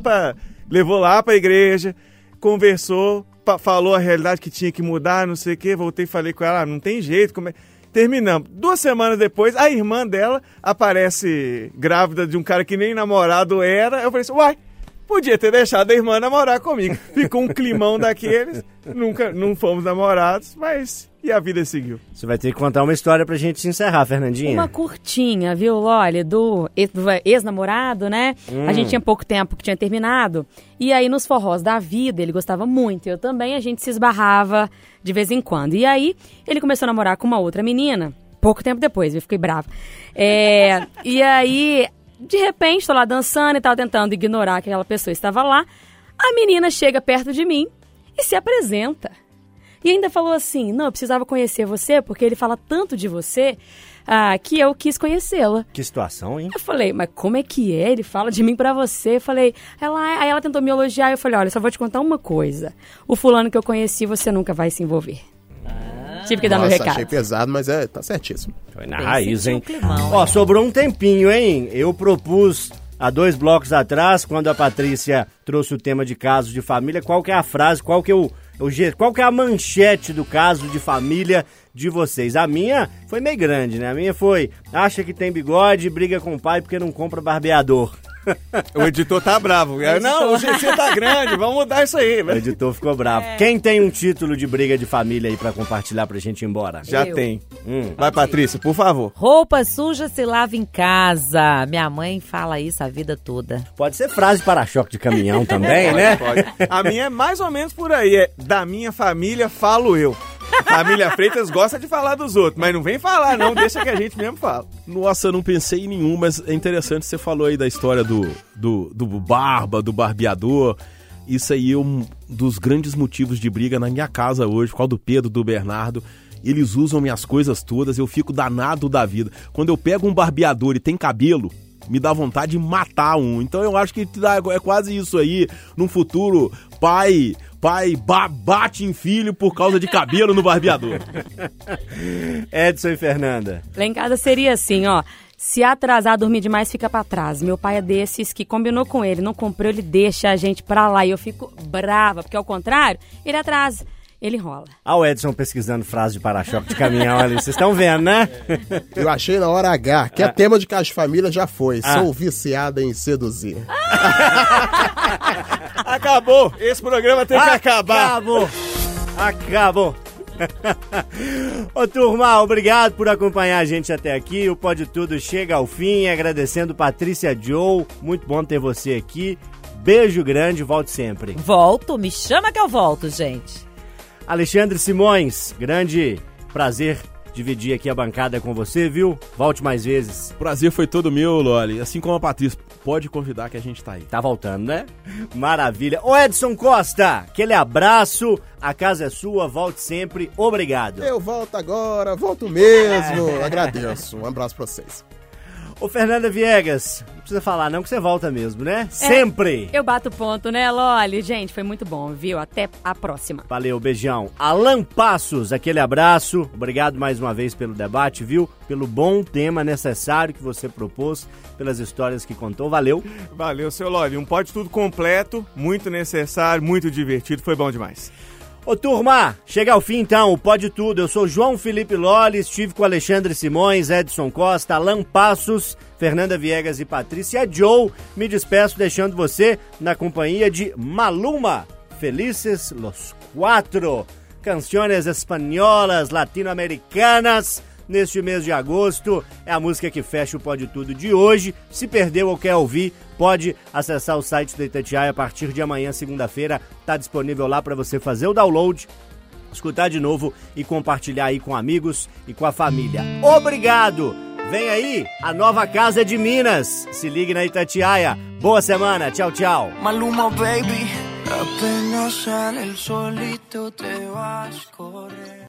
pra igreja, conversou, falou a realidade que tinha que mudar, não sei o quê. Voltei e falei com ela, não tem jeito, Terminamos. 2 semanas depois, a irmã dela aparece grávida de um cara que nem namorado era. Eu falei assim, uai, podia ter deixado a irmã namorar comigo. Ficou um climão daqueles, não fomos namorados, mas... e a vida seguiu. Você vai ter que contar uma história pra gente se encerrar, Fernandinha. Uma curtinha, viu, Loli, do ex-namorado, né? A gente tinha pouco tempo que tinha terminado. E aí, nos forrós da vida, ele gostava muito. Eu também, a gente se esbarrava de vez em quando. E aí, ele começou a namorar com uma outra menina, pouco tempo depois, eu fiquei brava. E aí, de repente, tô lá dançando e tal, tentando ignorar que aquela pessoa estava lá. A menina chega perto de mim e se apresenta. E ainda falou assim, não, eu precisava conhecer você, porque ele fala tanto de você, que eu quis conhecê-la. Que situação, hein? Eu falei, mas como é que é? Ele fala de mim pra você. Eu falei, aí ela tentou me elogiar, eu falei, olha, só vou te contar uma coisa. O fulano que eu conheci, você nunca vai se envolver. Tive que dar meu recado. Achei pesado, mas tá certíssimo. Foi na raiz, hein? Climão, Ó, sobrou um tempinho, hein? Eu propus há 2 blocos atrás, quando a Patrícia trouxe o tema de casos de família, qual que é a frase, qual que é a manchete do caso de família de vocês. A minha foi meio grande, né? A minha foi, acha que tem bigode e briga com o pai porque não compra barbeador. O editor tá bravo. Não, o GC tá grande, vamos mudar isso aí. O editor ficou bravo. Quem tem um título de briga de família aí pra compartilhar pra gente ir embora? Já tem. Vai, Patrícia, por favor. Roupa suja se lava em casa. Minha mãe fala isso a vida toda. Pode ser frase para-choque de caminhão também, né? Pode. A minha é mais ou menos por aí. É da minha família, falo eu. Família Freitas gosta de falar dos outros, mas não vem falar não, deixa que a gente mesmo fala. Nossa, eu não pensei em nenhum, mas é interessante, você falou aí da história do barbeador. Isso aí é um dos grandes motivos de briga na minha casa hoje, por causa do Pedro, do Bernardo. Eles usam minhas coisas todas, eu fico danado da vida. Quando eu pego um barbeador e tem cabelo, me dá vontade de matar um. Então eu acho que é quase isso aí. No futuro, pai bate em filho por causa de cabelo no barbeador. Edson e Fernanda. Lá em casa seria assim, ó. Se atrasar, dormir demais, fica pra trás. Meu pai é desses que combinou com ele, não comprou, ele deixa a gente pra lá. E eu fico brava, porque ao contrário, ele atrasa. Ele enrola. Olha o Edson pesquisando frase de para-choque de caminhão ali. Vocês estão vendo, né? Eu achei na hora H, que é tema de Casa de Família já foi. Sou viciada em seduzir. Acabou. Esse programa tem que acabar. Acabou. Ô turma, obrigado por acompanhar a gente até aqui. O Pode Tudo chega ao fim, agradecendo Patrícia Joe. Muito bom ter você aqui. Beijo grande, volte sempre. Volto, me chama que eu volto, gente. Alexandre Simões, grande prazer dividir aqui a bancada com você, viu? Volte mais vezes. Prazer foi todo meu, Loli. Assim como a Patrícia, pode convidar que a gente tá aí. Tá voltando, né? Maravilha. Ô Edson Costa, aquele abraço, a casa é sua, volte sempre, obrigado. Eu volto agora, volto mesmo, agradeço. Um abraço pra vocês. Ô Fernanda Viegas, não precisa falar não que você volta mesmo, né? Sempre! Eu bato ponto, né, Loli? Gente, foi muito bom, viu? Até a próxima. Valeu, beijão. Alan Passos, aquele abraço. Obrigado mais uma vez pelo debate, viu? Pelo bom tema necessário que você propôs, pelas histórias que contou. Valeu. Valeu, seu Loli. Um Pode Tudo completo, muito necessário, muito divertido. Foi bom demais. Ô turma, chega ao fim então, o Pode Tudo. Eu sou João Felipe Lolli, estive com Alexandre Simões, Edson Costa, Alan Passos, Fernanda Viegas e Patrícia Joe. Me despeço deixando você na companhia de Maluma. Felices los cuatro. Canções espanholas, latino-americanas. Neste mês de agosto, é a música que fecha o Pode Tudo de hoje. Se perdeu ou quer ouvir, pode acessar o site da Itatiaia a partir de amanhã, segunda-feira. Está disponível lá para você fazer o download, escutar de novo e compartilhar aí com amigos e com a família. Obrigado! Vem aí a nova Casa de Minas. Se ligue na Itatiaia. Boa semana. Tchau, tchau. Maluma, baby. Apenas sale el solito te vas correr.